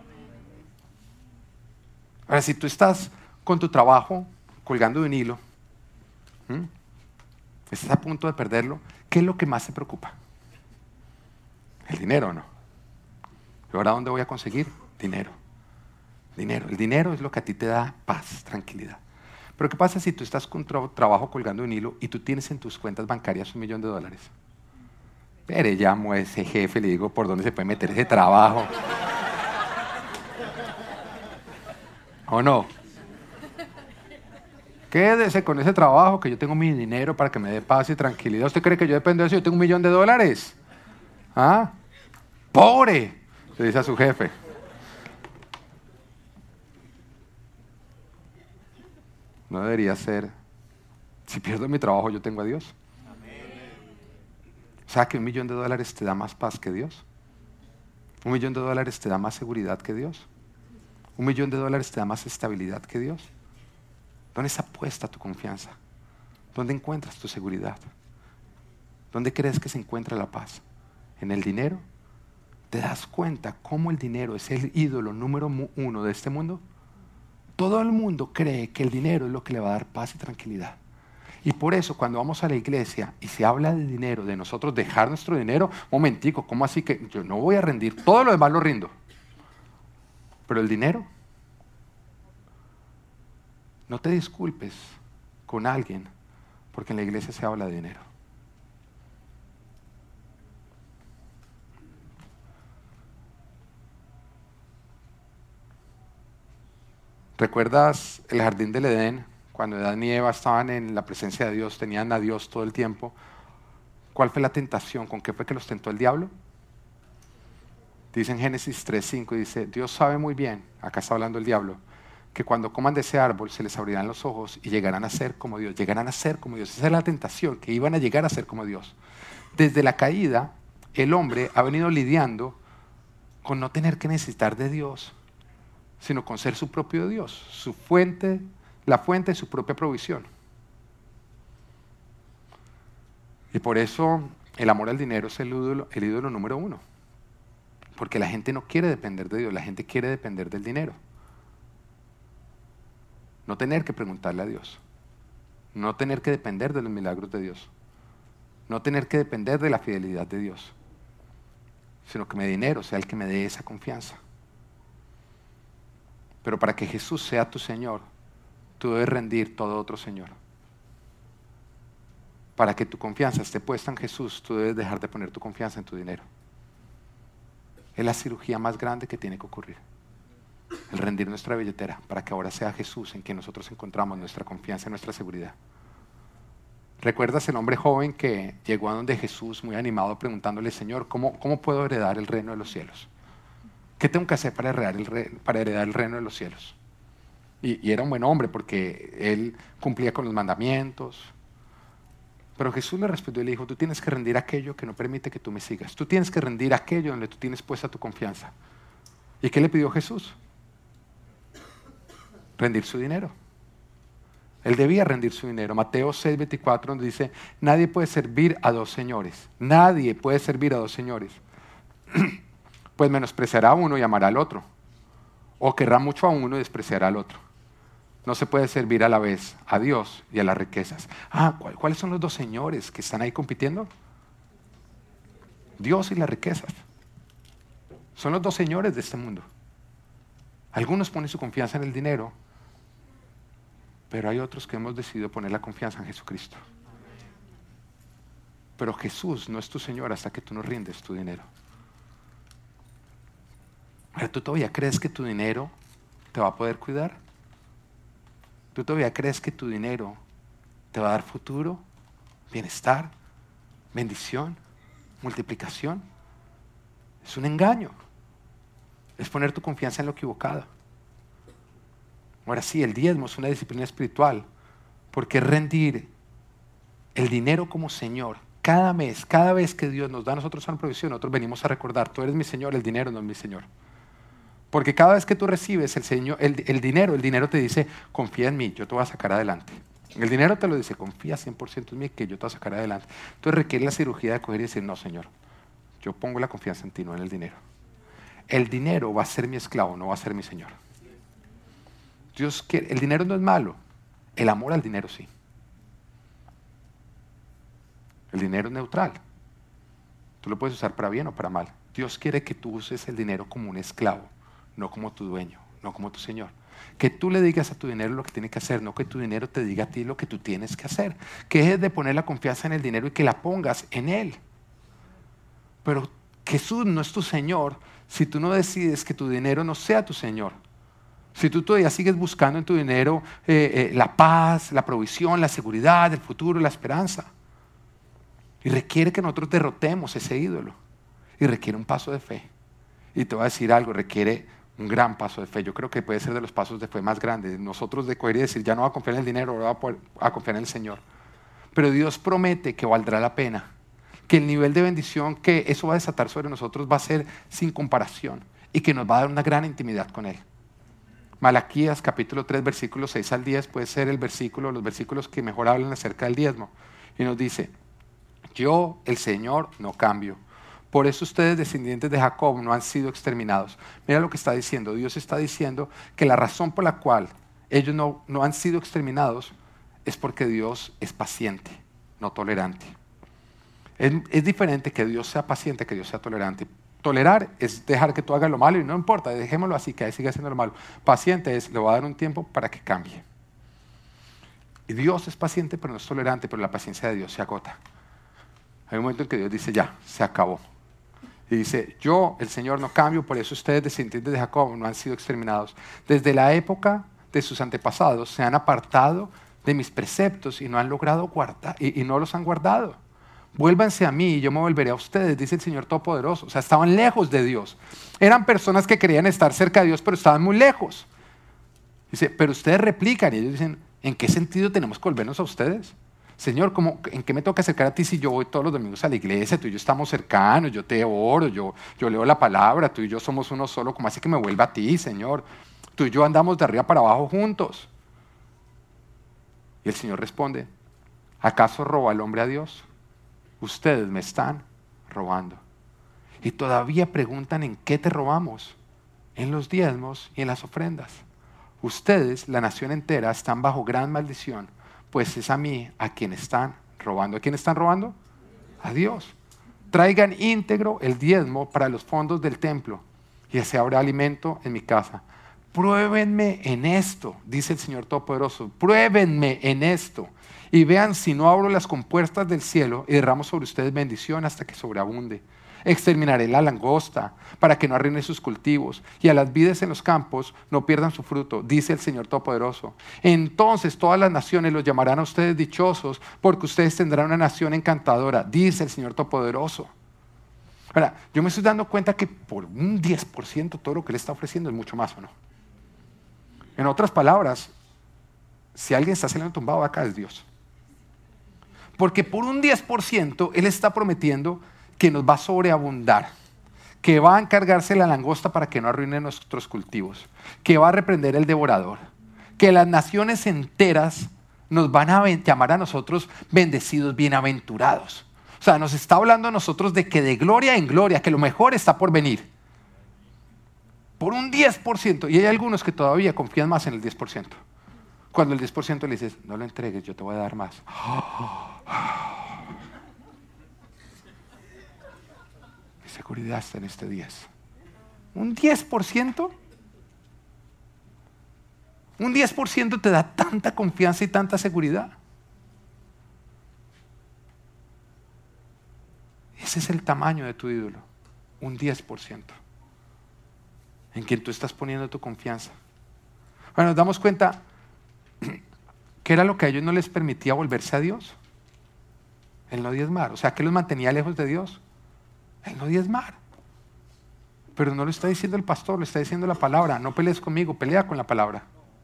Ahora, si tú estás con tu trabajo colgando de un hilo, ¿m? estás a punto de perderlo, ¿qué es lo que más te preocupa? El dinero, ¿o no? ¿Y ahora dónde voy a conseguir? Dinero. Dinero. El dinero es lo que a ti te da paz, tranquilidad. Pero ¿qué pasa si tú estás con tu trabajo colgando un hilo y tú tienes en tus cuentas bancarias un millón de dólares? Pero llamo a ese jefe, le digo por dónde se puede meter ese trabajo. ¿O no? Quédese con ese trabajo que yo tengo mi dinero para que me dé paz y tranquilidad. ¿Usted cree que yo dependo de eso? Yo tengo un millón de dólares. ¿Ah? ¡Pobre! Le dice a su jefe. No debería ser. Si pierdo mi trabajo, yo tengo a Dios. O sea, que un millón de dólares te da más paz que Dios. Un millón de dólares te da más seguridad que Dios. Un millón de dólares te da más estabilidad que Dios. ¿Dónde está puesta tu confianza? ¿Dónde encuentras tu seguridad? ¿Dónde crees que se encuentra la paz? ¿En el dinero? ¿Te das cuenta cómo el dinero es el ídolo número uno de este mundo? Todo el mundo cree que el dinero es lo que le va a dar paz y tranquilidad. Y por eso cuando vamos a la iglesia y se habla de dinero, de nosotros dejar nuestro dinero, momentico, ¿cómo así que yo no voy a rendir? Todo lo demás lo rindo. Pero el dinero, no te disculpes con alguien porque en la iglesia se habla de dinero. ¿Recuerdas el jardín del Edén? Cuando Adán y Eva estaban en la presencia de Dios, tenían a Dios todo el tiempo. ¿Cuál fue la tentación? ¿Con qué fue que los tentó el diablo? Dice en Génesis tres cinco, dice, Dios sabe muy bien, acá está hablando el diablo, que cuando coman de ese árbol se les abrirán los ojos y llegarán a ser como Dios, llegarán a ser como Dios. Esa es la tentación, que iban a llegar a ser como Dios. Desde la caída, el hombre ha venido lidiando con no tener que necesitar de Dios, sino con ser su propio Dios, su fuente, la fuente de su propia provisión. Y por eso el amor al dinero es el ídolo, el ídolo número uno. Porque la gente no quiere depender de Dios, la gente quiere depender del dinero. No tener que preguntarle a Dios. No tener que depender de los milagros de Dios. No tener que depender de la fidelidad de Dios. Sino que mi dinero sea el que me dé esa confianza. Pero para que Jesús sea tu Señor, tú debes rendir todo otro Señor. Para que tu confianza esté puesta en Jesús, tú debes dejar de poner tu confianza en tu dinero. Es la cirugía más grande que tiene que ocurrir. El rendir nuestra billetera para que ahora sea Jesús en quien nosotros encontramos nuestra confianza y nuestra seguridad. ¿Recuerdas el hombre joven que llegó a donde Jesús muy animado preguntándole, Señor, ¿cómo, cómo puedo heredar el reino de los cielos? ¿Qué tengo que hacer para heredar el, re, para heredar el reino de los cielos? Y, y era un buen hombre porque él cumplía con los mandamientos. Pero Jesús le respondió y le dijo, tú tienes que rendir aquello que no permite que tú me sigas. Tú tienes que rendir aquello donde tú tienes puesta tu confianza. ¿Y qué le pidió Jesús? Rendir su dinero. Él debía rendir su dinero. Mateo seis veinticuatro nos dice, nadie puede servir a dos señores. Nadie puede servir a dos señores. Pues menospreciará a uno y amará al otro. O querrá mucho a uno y despreciará al otro. No se puede servir a la vez a Dios y a las riquezas. Ah, ¿cuáles son los dos señores que están ahí compitiendo? Dios y las riquezas. Son los dos señores de este mundo. Algunos ponen su confianza en el dinero, pero hay otros que hemos decidido poner la confianza en Jesucristo. Pero Jesús no es tu Señor hasta que tú no rindes tu dinero. Ahora, ¿tú todavía crees que tu dinero te va a poder cuidar? ¿Tú todavía crees que tu dinero te va a dar futuro, bienestar, bendición, multiplicación? Es un engaño. Es poner tu confianza en lo equivocado. Ahora sí, el diezmo es una disciplina espiritual porque es rendir el dinero como Señor. Cada mes, cada vez que Dios nos da a nosotros una provisión, nosotros venimos a recordar, tú eres mi Señor, el dinero no es mi Señor. Porque cada vez que tú recibes el, señor, el, el dinero, el dinero te dice, confía en mí, yo te voy a sacar adelante. El dinero te lo dice, confía cien por ciento en mí, que yo te voy a sacar adelante. Entonces requiere la cirugía de coger y decir, no, Señor, yo pongo la confianza en ti, no en el dinero. El dinero va a ser mi esclavo, no va a ser mi Señor. Dios quiere, el dinero no es malo, el amor al dinero sí. El dinero es neutral. Tú lo puedes usar para bien o para mal. Dios quiere que tú uses el dinero como un esclavo, no como tu dueño, no como tu Señor. Que tú le digas a tu dinero lo que tiene que hacer, no que tu dinero te diga a ti lo que tú tienes que hacer. Que dejes de poner la confianza en el dinero y que la pongas en Él. Pero Jesús no es tu Señor si tú no decides que tu dinero no sea tu Señor. Si tú todavía sigues buscando en tu dinero eh, eh, la paz, la provisión, la seguridad, el futuro, la esperanza. Y requiere que nosotros derrotemos ese ídolo. Y requiere un paso de fe. Y te voy a decir algo, requiere un gran paso de fe. Yo creo que puede ser de los pasos de fe más grandes. Nosotros de coger y decir, ya no voy a confiar en el dinero, ahora voy a confiar en el Señor. Pero Dios promete que valdrá la pena. Que el nivel de bendición que eso va a desatar sobre nosotros va a ser sin comparación. Y que nos va a dar una gran intimidad con Él. Malaquías capítulo tres, versículos seis al diez puede ser el versículo, los versículos que mejor hablan acerca del diezmo. Y nos dice, yo, el Señor, no cambio. Por eso ustedes, descendientes de Jacob, no han sido exterminados. Mira lo que está diciendo. Dios está diciendo que la razón por la cual ellos no, no han sido exterminados es porque Dios es paciente, no tolerante. Es, es diferente que Dios sea paciente que Dios sea tolerante. Tolerar es dejar que tú hagas lo malo y no importa, dejémoslo así, que ahí siga haciendo lo malo. Paciente es, le voy a dar un tiempo para que cambie. Y Dios es paciente, pero no es tolerante, pero la paciencia de Dios se agota. Hay un momento en que Dios dice, ya, se acabó. Y dice, yo, el Señor, no cambio, por eso ustedes, descendientes de Jacob, no han sido exterminados. Desde la época de sus antepasados se han apartado de mis preceptos y no han logrado guardar, y, y no los han guardado. Vuélvanse a mí y yo me volveré a ustedes, dice el Señor Todopoderoso. O sea, estaban lejos de Dios. Eran personas que querían estar cerca de Dios, pero estaban muy lejos. Dice, pero ustedes replican y ellos dicen, ¿en qué sentido tenemos que volvernos a ustedes? Señor, ¿cómo, ¿en qué me toca acercar a ti si yo voy todos los domingos a la iglesia? Tú y yo estamos cercanos, yo te oro, yo, yo leo la palabra, tú y yo somos uno solo, ¿cómo así que me vuelva a ti, Señor? Tú y yo andamos de arriba para abajo juntos. Y el Señor responde, ¿acaso roba el hombre a Dios? Ustedes me están robando. Y todavía preguntan en qué te robamos. En los diezmos y en las ofrendas. Ustedes, la nación entera, están bajo gran maldición, pues es a mí a quien están robando. ¿A quién están robando? A Dios. Traigan íntegro el diezmo para los fondos del templo y así habrá alimento en mi casa. Pruébenme en esto, dice el Señor Todopoderoso. Pruébenme en esto. Y vean si no abro las compuertas del cielo y derramo sobre ustedes bendición hasta que sobreabunde. Exterminaré la langosta para que no arruine sus cultivos y a las vides en los campos no pierdan su fruto, dice el Señor Todopoderoso. Entonces todas las naciones los llamarán a ustedes dichosos porque ustedes tendrán una nación encantadora, dice el Señor Todopoderoso. Ahora, yo me estoy dando cuenta que por un diez por ciento todo lo que Él está ofreciendo es mucho más, ¿o no? En otras palabras, si alguien está saliendo tumbado acá es Dios. Porque por un diez por ciento Él está prometiendo que nos va a sobreabundar, que va a encargarse la langosta para que no arruine nuestros cultivos, que va a reprender el devorador, que las naciones enteras nos van a llamar a nosotros bendecidos, bienaventurados. O sea, nos está hablando a nosotros de que de gloria en gloria, que lo mejor está por venir. Por un diez por ciento, y hay algunos que todavía confían más en el diez por ciento. Cuando el diez por ciento le dices, no lo entregues, yo te voy a dar más. Mi seguridad está en este diez. ¿Un diez por ciento? Un diez por ciento te da tanta confianza y tanta seguridad. Ese es el tamaño de tu ídolo. Un diez por ciento. En quien tú estás poniendo tu confianza. Bueno, nos damos cuenta que era lo que a ellos no les permitía volverse a Dios. El no diezmar. O sea, ¿qué los mantenía lejos de Dios? El no diezmar. Pero no lo está diciendo el pastor, lo está diciendo la palabra. No pelees conmigo, pelea con la palabra.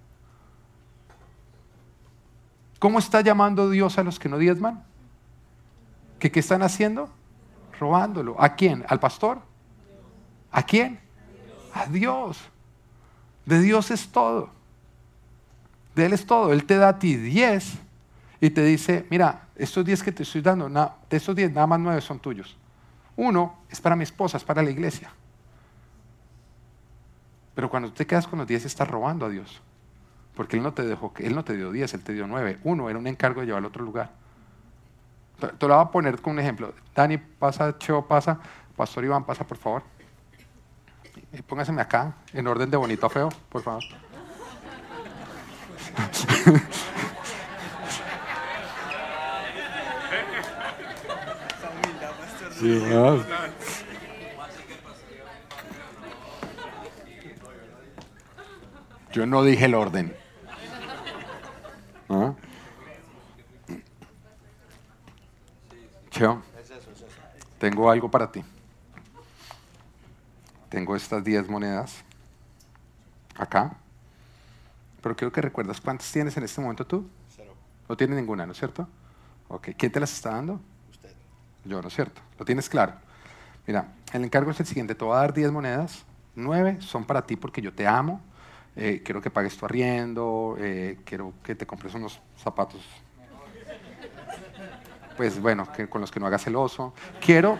¿Cómo está llamando Dios a los que no diezman? ¿Que qué están haciendo? Robándolo. ¿A quién? ¿Al pastor? ¿A quién? A Dios. De Dios es todo. De Él es todo. Él te da a ti diez y te dice, mira, estos diez que te estoy dando, na, de estos diez, nada más nueve son tuyos. Uno es para mi esposa, es para la iglesia. Pero cuando tú te quedas con los diez, estás robando a Dios. Porque Él no te dejó, Él no te dio diez, Él te dio nueve. Uno era un encargo de llevarlo a otro lugar. Te, te lo voy a poner con un ejemplo. Dani, pasa, Cheo, pasa. Pastor Iván, pasa, por favor. Y póngaseme acá, en orden de bonito a feo, por favor. Sí, ¿no? Yo no dije el orden. ¿No? Cheo, tengo algo para ti. Tengo estas diez monedas acá. Pero quiero que recuerdas cuántas tienes en este momento tú. Cero. No tienes ninguna, ¿no es cierto? Ok. ¿Quién te las está dando? Usted. Yo, ¿no es cierto? ¿Lo tienes claro? Mira, el encargo es el siguiente. Te voy a dar diez monedas. Nueve son para ti porque yo te amo. Eh, quiero que pagues tu arriendo. Eh, quiero que te compres unos zapatos. Pues bueno, que, con los que no hagas el oso. Quiero...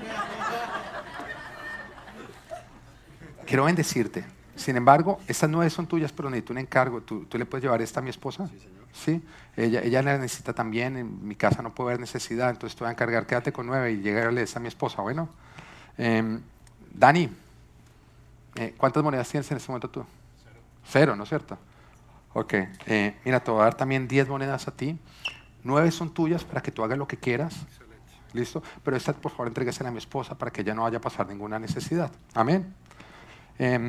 Quiero bendecirte. Sin embargo, estas nueve son tuyas, pero necesito un encargo. ¿Tú, tú le puedes llevar esta a mi esposa? Sí, señor. Sí. Ella, ella la necesita también. En mi casa no puede haber necesidad, entonces te voy a encargar. Quédate con nueve y llegarle esta a mi esposa. Bueno. Eh, Dani, eh, ¿cuántas monedas tienes en este momento tú? Cero. Cero, ¿no es cierto? Ok. Eh, mira, te voy a dar también diez monedas a ti. Nueve son tuyas para que tú hagas lo que quieras. Excelente. ¿Listo? Pero esta, por favor, entrégasela a mi esposa para que ella no vaya a pasar ninguna necesidad. Amén. Eh,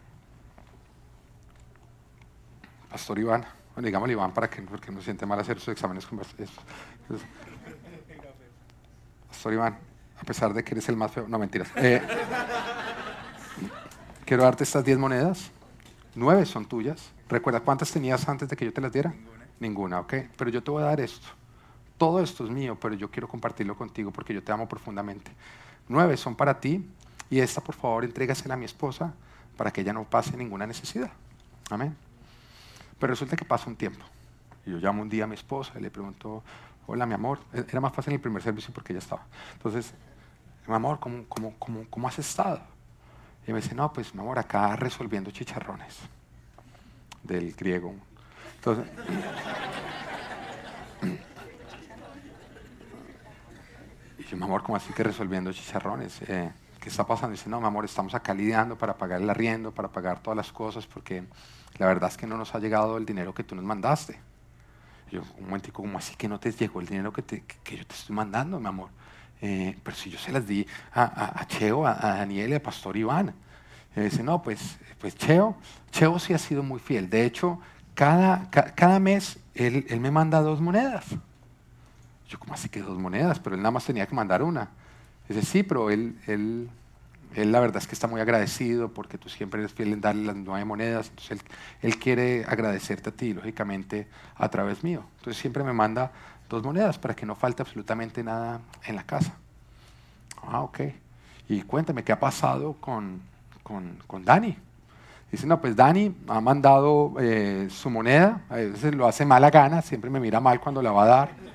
Pastor Iván, bueno, digámosle Iván para que porque no se siente mal hacer sus exámenes. Con eso, eso. Pastor Iván, a pesar de que eres el más feo, no mentiras. Eh, quiero darte estas diez monedas. Nueve son tuyas. Recuerda cuántas tenías antes de que yo te las diera. Ninguna. Ninguna, ok. Pero yo te voy a dar esto. Todo esto es mío, pero yo quiero compartirlo contigo porque yo te amo profundamente. Nueve son para ti y esta, por favor, entrégasela a mi esposa para que ella no pase ninguna necesidad. Amén. Pero resulta que pasa un tiempo. Y yo llamo un día a mi esposa y le pregunto, hola, mi amor. Era más fácil en el primer servicio porque ella estaba. Entonces, mi amor, ¿cómo, cómo, cómo, cómo has estado? Y me dice, no, pues, mi amor, acá resolviendo chicharrones. Del griego. Entonces... Y yo, mi amor, ¿cómo así que resolviendo chicharrones? Eh, ¿Qué está pasando? Y dice, no, mi amor, estamos acá lidiando para pagar el arriendo, para pagar todas las cosas, porque la verdad es que no nos ha llegado el dinero que tú nos mandaste. Y yo, un momentico, ¿cómo así que no te llegó el dinero que, te, que, que yo te estoy mandando, mi amor? Eh, pero si yo se las di a, a, a Cheo, a, a Daniel y a Pastor Iván. Y dice, no, pues, pues Cheo, Cheo sí ha sido muy fiel. De hecho, cada, ca, cada mes él, él me manda dos monedas. Yo, ¿cómo así que dos monedas? Pero él nada más tenía que mandar una. Dice, sí, pero él, él, él la verdad es que está muy agradecido porque tú siempre eres fiel en darle las nueve monedas. Entonces él, él quiere agradecerte a ti, lógicamente, a través mío. Entonces siempre me manda dos monedas para que no falte absolutamente nada en la casa. Ah, ok. Y cuéntame, ¿qué ha pasado con, con, con Dani? Dice, no, pues Dani ha mandado eh, su moneda. A veces lo hace mala gana, siempre me mira mal cuando la va a dar.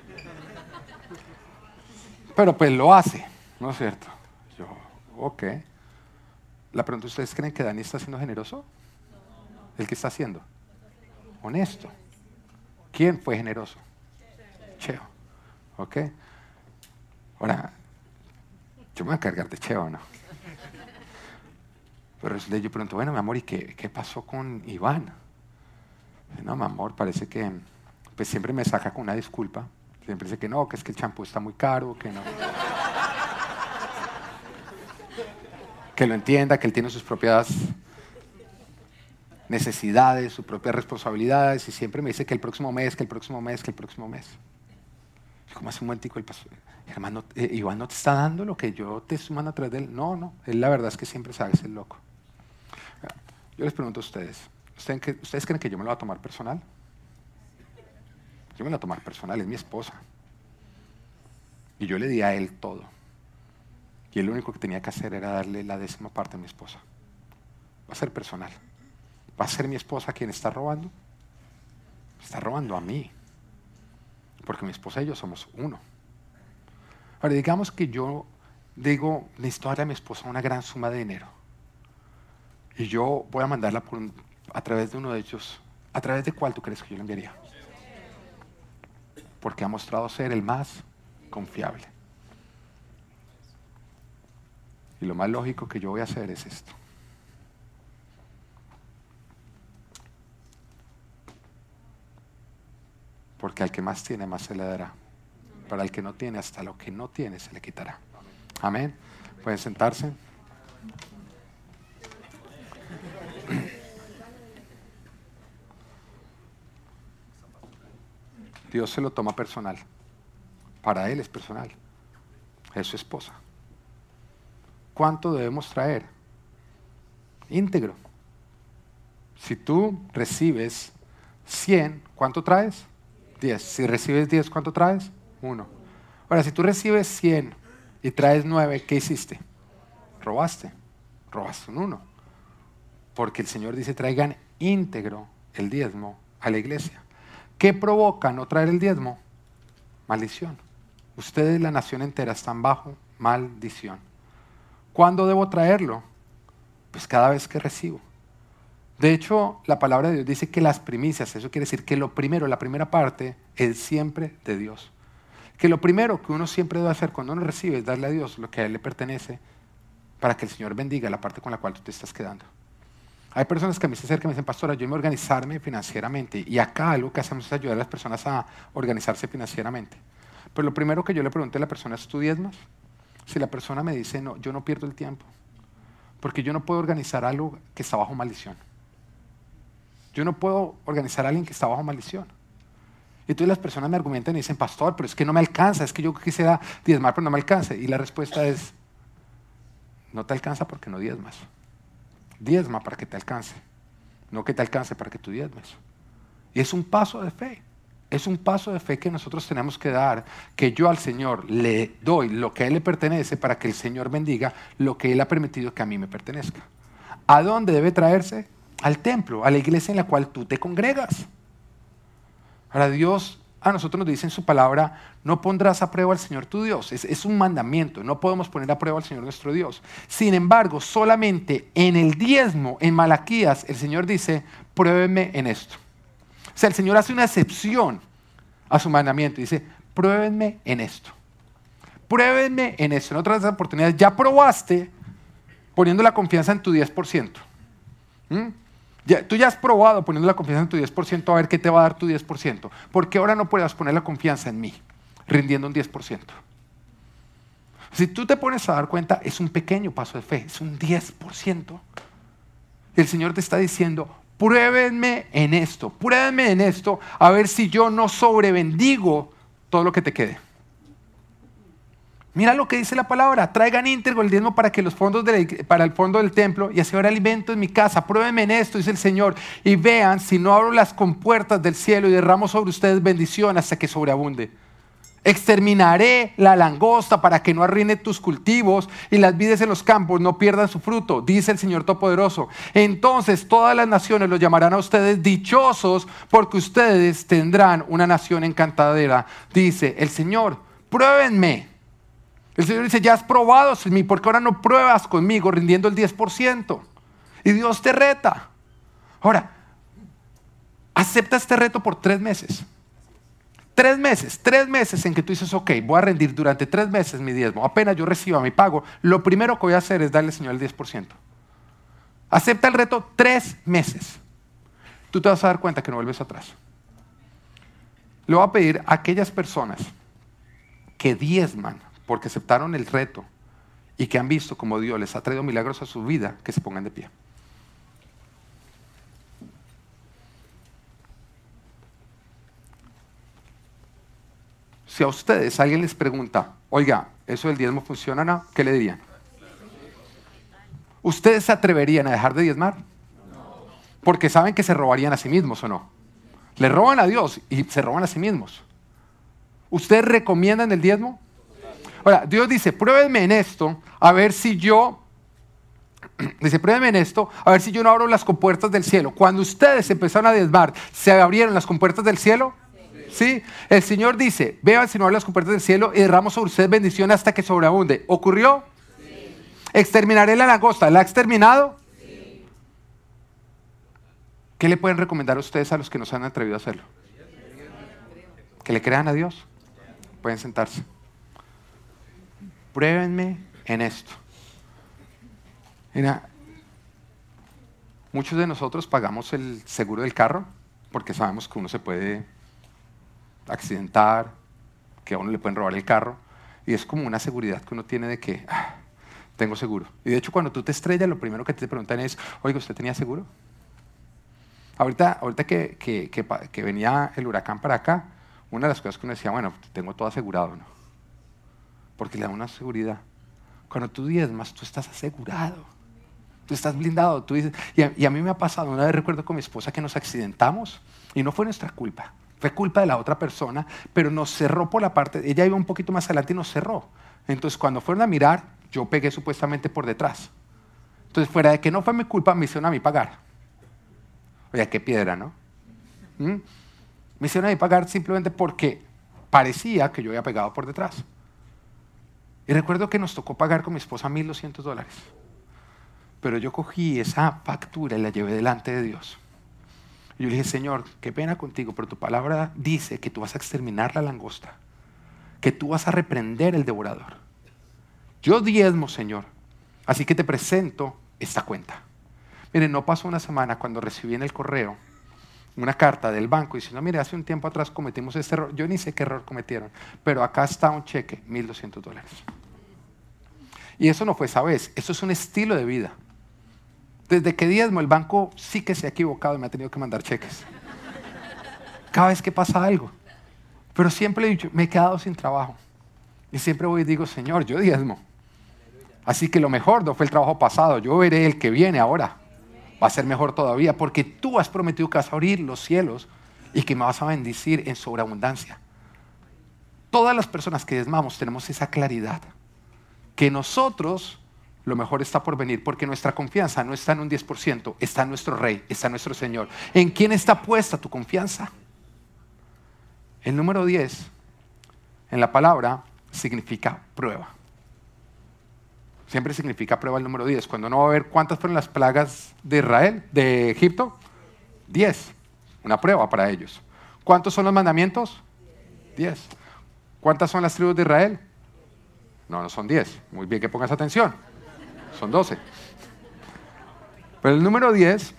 Pero pues lo hace, ¿no es cierto? Yo, ok. La pregunta, ¿ustedes creen que Dani está siendo generoso? ¿El que está haciendo? Honesto. ¿Quién fue generoso? Cheo. Ok. Ahora, yo me voy a cargar de Cheo, ¿no? Pero yo pregunto, bueno, mi amor, ¿y qué, qué pasó con Iván? No, mi amor, parece que pues siempre me saca con una disculpa. Siempre dice que no, que es que el champú está muy caro, que no. Que lo entienda, que él tiene sus propias necesidades, sus propias responsabilidades, y siempre me dice que el próximo mes, que el próximo mes, que el próximo mes. Y como hace un momentico el pastor, hermano, eh, Iván no te está dando lo que yo te estoy mandando a través de él. No, no, él la verdad es que siempre sabe ser loco. Yo les pregunto a ustedes, ¿ustedes, ¿ustedes creen que yo me lo voy a tomar personal? Yo me la voy a tomar personal, es mi esposa. Y yo le di a él todo. Y él lo único que tenía que hacer era darle la décima parte a mi esposa. Va a ser personal. ¿Va a ser mi esposa quien está robando? Está robando a mí. Porque mi esposa y yo somos uno. Ahora, digamos que yo digo, necesito darle a mi esposa una gran suma de dinero. Y yo voy a mandarla por un, a través de uno de ellos. ¿A través de cuál tú crees que yo la enviaría? Porque ha mostrado ser el más confiable. Y lo más lógico que yo voy a hacer es esto. Porque al que más tiene, más se le dará. Para el que no tiene, hasta lo que no tiene se le quitará. Amén. Pueden sentarse. Dios se lo toma personal. Para Él es personal. Es su esposa. ¿Cuánto debemos traer? Íntegro. Si tú recibes cien, ¿cuánto traes? diez. Si recibes diez, ¿cuánto traes? uno. Ahora, si tú recibes cien y traes nueve, ¿qué hiciste? Robaste. Robaste un uno. Porque el Señor dice, traigan íntegro el diezmo a la iglesia. ¿Qué provoca no traer el diezmo? Maldición. Ustedes, la nación entera, están bajo maldición. ¿Cuándo debo traerlo? Pues cada vez que recibo. De hecho, la palabra de Dios dice que las primicias, eso quiere decir que lo primero, la primera parte, es siempre de Dios. Que lo primero que uno siempre debe hacer cuando uno recibe es darle a Dios lo que a Él le pertenece para que el Señor bendiga la parte con la cual tú te estás quedando. Hay personas que a mí se acercan y me dicen, pastora, yo me organizarme financieramente. Y acá algo que hacemos es ayudar a las personas a organizarse financieramente. Pero lo primero que yo le pregunto a la persona es, ¿tú diezmas? Si la persona me dice, no, yo no pierdo el tiempo. Porque yo no puedo organizar algo que está bajo maldición. Yo no puedo organizar a alguien que está bajo maldición. Y entonces las personas me argumentan y dicen, pastor, pero es que no me alcanza, es que yo quisiera diezmar, pero no me alcanza. Y la respuesta es, no te alcanza porque no diezmas. Diezma para que te alcance, no que te alcance para que tú diezmes. Y es un paso de fe. Es un paso de fe que nosotros tenemos que dar, que yo al Señor le doy lo que a Él le pertenece para que el Señor bendiga lo que Él ha permitido que a mí me pertenezca. ¿A dónde debe traerse? Al templo, a la iglesia en la cual tú te congregas. Ahora Dios a nosotros nos dice en su palabra, no pondrás a prueba al Señor tu Dios. Es, es un mandamiento, no podemos poner a prueba al Señor nuestro Dios. Sin embargo, solamente en el diezmo, en Malaquías, el Señor dice, pruébenme en esto. O sea, el Señor hace una excepción a su mandamiento y dice, pruébenme en esto. Pruébenme en esto. En otras oportunidades, ya probaste poniendo la confianza en tu diez por ciento. ¿Mm? Ya, tú ya has probado poniendo la confianza en tu diez por ciento a ver qué te va a dar tu diez por ciento. ¿Por qué ahora no puedes poner la confianza en mí, rindiendo un diez por ciento? Si tú te pones a dar cuenta, es un pequeño paso de fe, es un diez por ciento. El Señor te está diciendo, pruébenme en esto, pruébenme en esto, a ver si yo no sobrebendigo todo lo que te quede. Mira lo que dice la palabra, traigan íntegro el diezmo para que los fondos de la, para el fondo del templo y así habrá alimento en mi casa. Pruébenme en esto, dice el Señor, y vean si no abro las compuertas del cielo y derramo sobre ustedes bendición hasta que sobreabunde. Exterminaré la langosta para que no arruine tus cultivos y las vides en los campos no pierdan su fruto, dice el Señor Todopoderoso. Entonces todas las naciones los llamarán a ustedes dichosos porque ustedes tendrán una nación encantadora, dice el Señor. Pruébenme. El Señor dice, ya has probado en mí, ¿por qué ahora no pruebas conmigo rindiendo el diez por ciento? Y Dios te reta. Ahora, acepta este reto por tres meses. Tres meses, tres meses en que tú dices, ok, voy a rendir durante tres meses mi diezmo. Apenas yo reciba mi pago, lo primero que voy a hacer es darle al Señor el diez por ciento. Acepta el reto tres meses. Tú te vas a dar cuenta que no vuelves atrás. Le voy a pedir a aquellas personas que diezman porque aceptaron el reto y que han visto como Dios les ha traído milagros a su vida, que se pongan de pie. Si a ustedes alguien les pregunta, oiga, ¿eso del diezmo funciona o no? ¿Qué le dirían? ¿Ustedes se atreverían a dejar de diezmar? Porque saben que se robarían a sí mismos, ¿o no? Le roban a Dios y se roban a sí mismos. ¿Ustedes recomiendan el diezmo? Ahora, Dios dice, pruébenme en esto, a ver si yo, dice, pruébenme en esto, a ver si yo no abro las compuertas del cielo. Cuando ustedes empezaron a diezmar, ¿se abrieron las compuertas del cielo? Sí. Sí, el Señor dice, beban si no abre las compuertas del cielo y derramo sobre ustedes bendición hasta que sobreabunde. ¿Ocurrió? Sí. ¿Exterminaré la langosta? ¿La ha exterminado? Sí. ¿Qué le pueden recomendar a ustedes a los que no se han atrevido a hacerlo? Que le crean a Dios. Pueden sentarse. Pruébenme en esto. Mira, muchos de nosotros pagamos el seguro del carro porque sabemos que uno se puede accidentar, que a uno le pueden robar el carro, y es como una seguridad que uno tiene de que ah, tengo seguro. Y de hecho cuando tú te estrellas, lo primero que te preguntan es, oiga, ¿usted tenía seguro? Ahorita, ahorita que, que, que, que venía el huracán para acá, una de las cosas que uno decía, bueno, tengo todo asegurado, ¿no? Porque le da una seguridad. Cuando tú diezmas, tú estás asegurado. Tú estás blindado. Tú dices, y, a, y a mí me ha pasado, una vez recuerdo con mi esposa que nos accidentamos y no fue nuestra culpa. Fue culpa de la otra persona, pero nos cerró por la parte, ella iba un poquito más adelante y nos cerró. Entonces cuando fueron a mirar, yo pegué supuestamente por detrás. Entonces fuera de que no fue mi culpa, me hicieron a mí pagar. Oye, qué piedra, ¿no? ¿Mm? Me hicieron a mí pagar simplemente porque parecía que yo había pegado por detrás. Y recuerdo que nos tocó pagar con mi esposa mil doscientos dólares. Pero yo cogí esa factura y la llevé delante de Dios. Y yo le dije, Señor, qué pena contigo, pero tu palabra dice que tú vas a exterminar la langosta, que tú vas a reprender el devorador. Yo diezmo, Señor, así que te presento esta cuenta. Miren, no pasó una semana cuando recibí en el correo una carta del banco diciendo, mire, hace un tiempo atrás cometimos este error. Yo ni sé qué error cometieron, pero acá está un cheque, mil doscientos dólares. Y eso no fue esa vez, eso es un estilo de vida. Desde que diezmo, el banco sí que se ha equivocado y me ha tenido que mandar cheques. Cada vez que pasa algo. Pero siempre he dicho, me he quedado sin trabajo. Y siempre voy y digo, Señor, yo diezmo. Así que lo mejor no fue el trabajo pasado, yo veré el que viene ahora. Va a ser mejor todavía, porque tú has prometido que vas a abrir los cielos y que me vas a bendecir en sobreabundancia. Todas las personas que diezmamos tenemos esa claridad. Que nosotros, lo mejor está por venir, porque nuestra confianza no está en un diez por ciento, está en nuestro Rey, está en nuestro Señor. ¿En quién está puesta tu confianza? El número diez, en la palabra, significa prueba. Siempre significa prueba el número diez. Cuando no va a ver cuántas fueron las plagas de Israel, de Egipto, diez. Una prueba para ellos. ¿Cuántos son los mandamientos? diez. ¿Cuántas son las tribus de Israel? No, no son diez. Muy bien que pongas atención. Son doce. Pero el número diez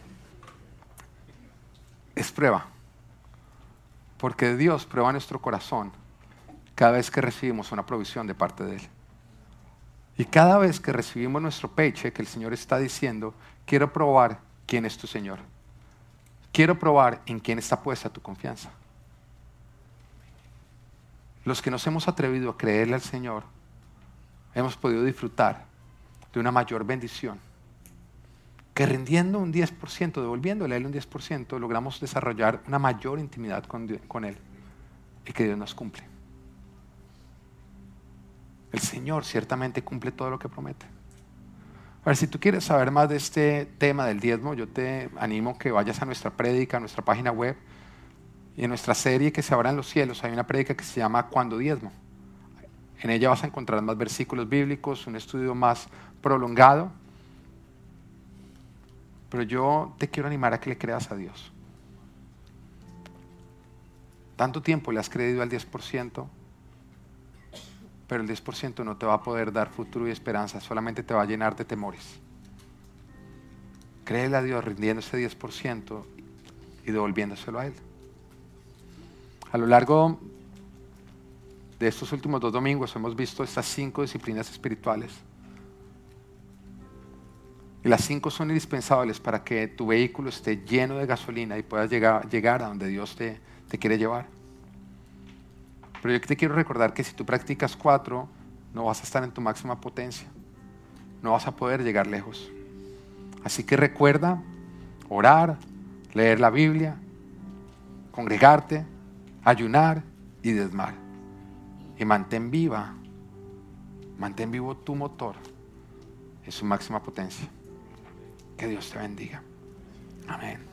es prueba. Porque Dios prueba nuestro corazón cada vez que recibimos una provisión de parte de Él. Y cada vez que recibimos nuestro paycheck, el Señor está diciendo, quiero probar quién es tu Señor. Quiero probar en quién está puesta tu confianza. Los que nos hemos atrevido a creerle al Señor, hemos podido disfrutar de una mayor bendición. Que rindiendo un diez por ciento, devolviéndole a Él un diez por ciento, logramos desarrollar una mayor intimidad con, Dios, con Él. Y que Dios nos cumple. El Señor ciertamente cumple todo lo que promete. A ver, si tú quieres saber más de este tema del diezmo, yo te animo que vayas a nuestra prédica, a nuestra página web. Y en nuestra serie que se abran los cielos hay una prédica que se llama Cuando diezmo. En ella vas a encontrar más versículos bíblicos, un estudio más prolongado. Pero yo te quiero animar a que le creas a Dios. Tanto tiempo le has creído al diez por ciento, pero el diez por ciento no te va a poder dar futuro y esperanza, solamente te va a llenar de temores. Créele a Dios rindiendo ese diez por ciento y devolviéndoselo a Él. A lo largo de estos últimos dos domingos hemos visto estas cinco disciplinas espirituales. Y las cinco son indispensables para que tu vehículo esté lleno de gasolina y puedas llegar, llegar a donde Dios te, te quiere llevar. Pero yo te quiero recordar que si tú practicas cuatro, no vas a estar en tu máxima potencia. No vas a poder llegar lejos. Así que recuerda orar, leer la Biblia, congregarte, ayunar y diezmar. Y mantén viva, mantén vivo tu motor en su máxima potencia. Que Dios te bendiga. Amén.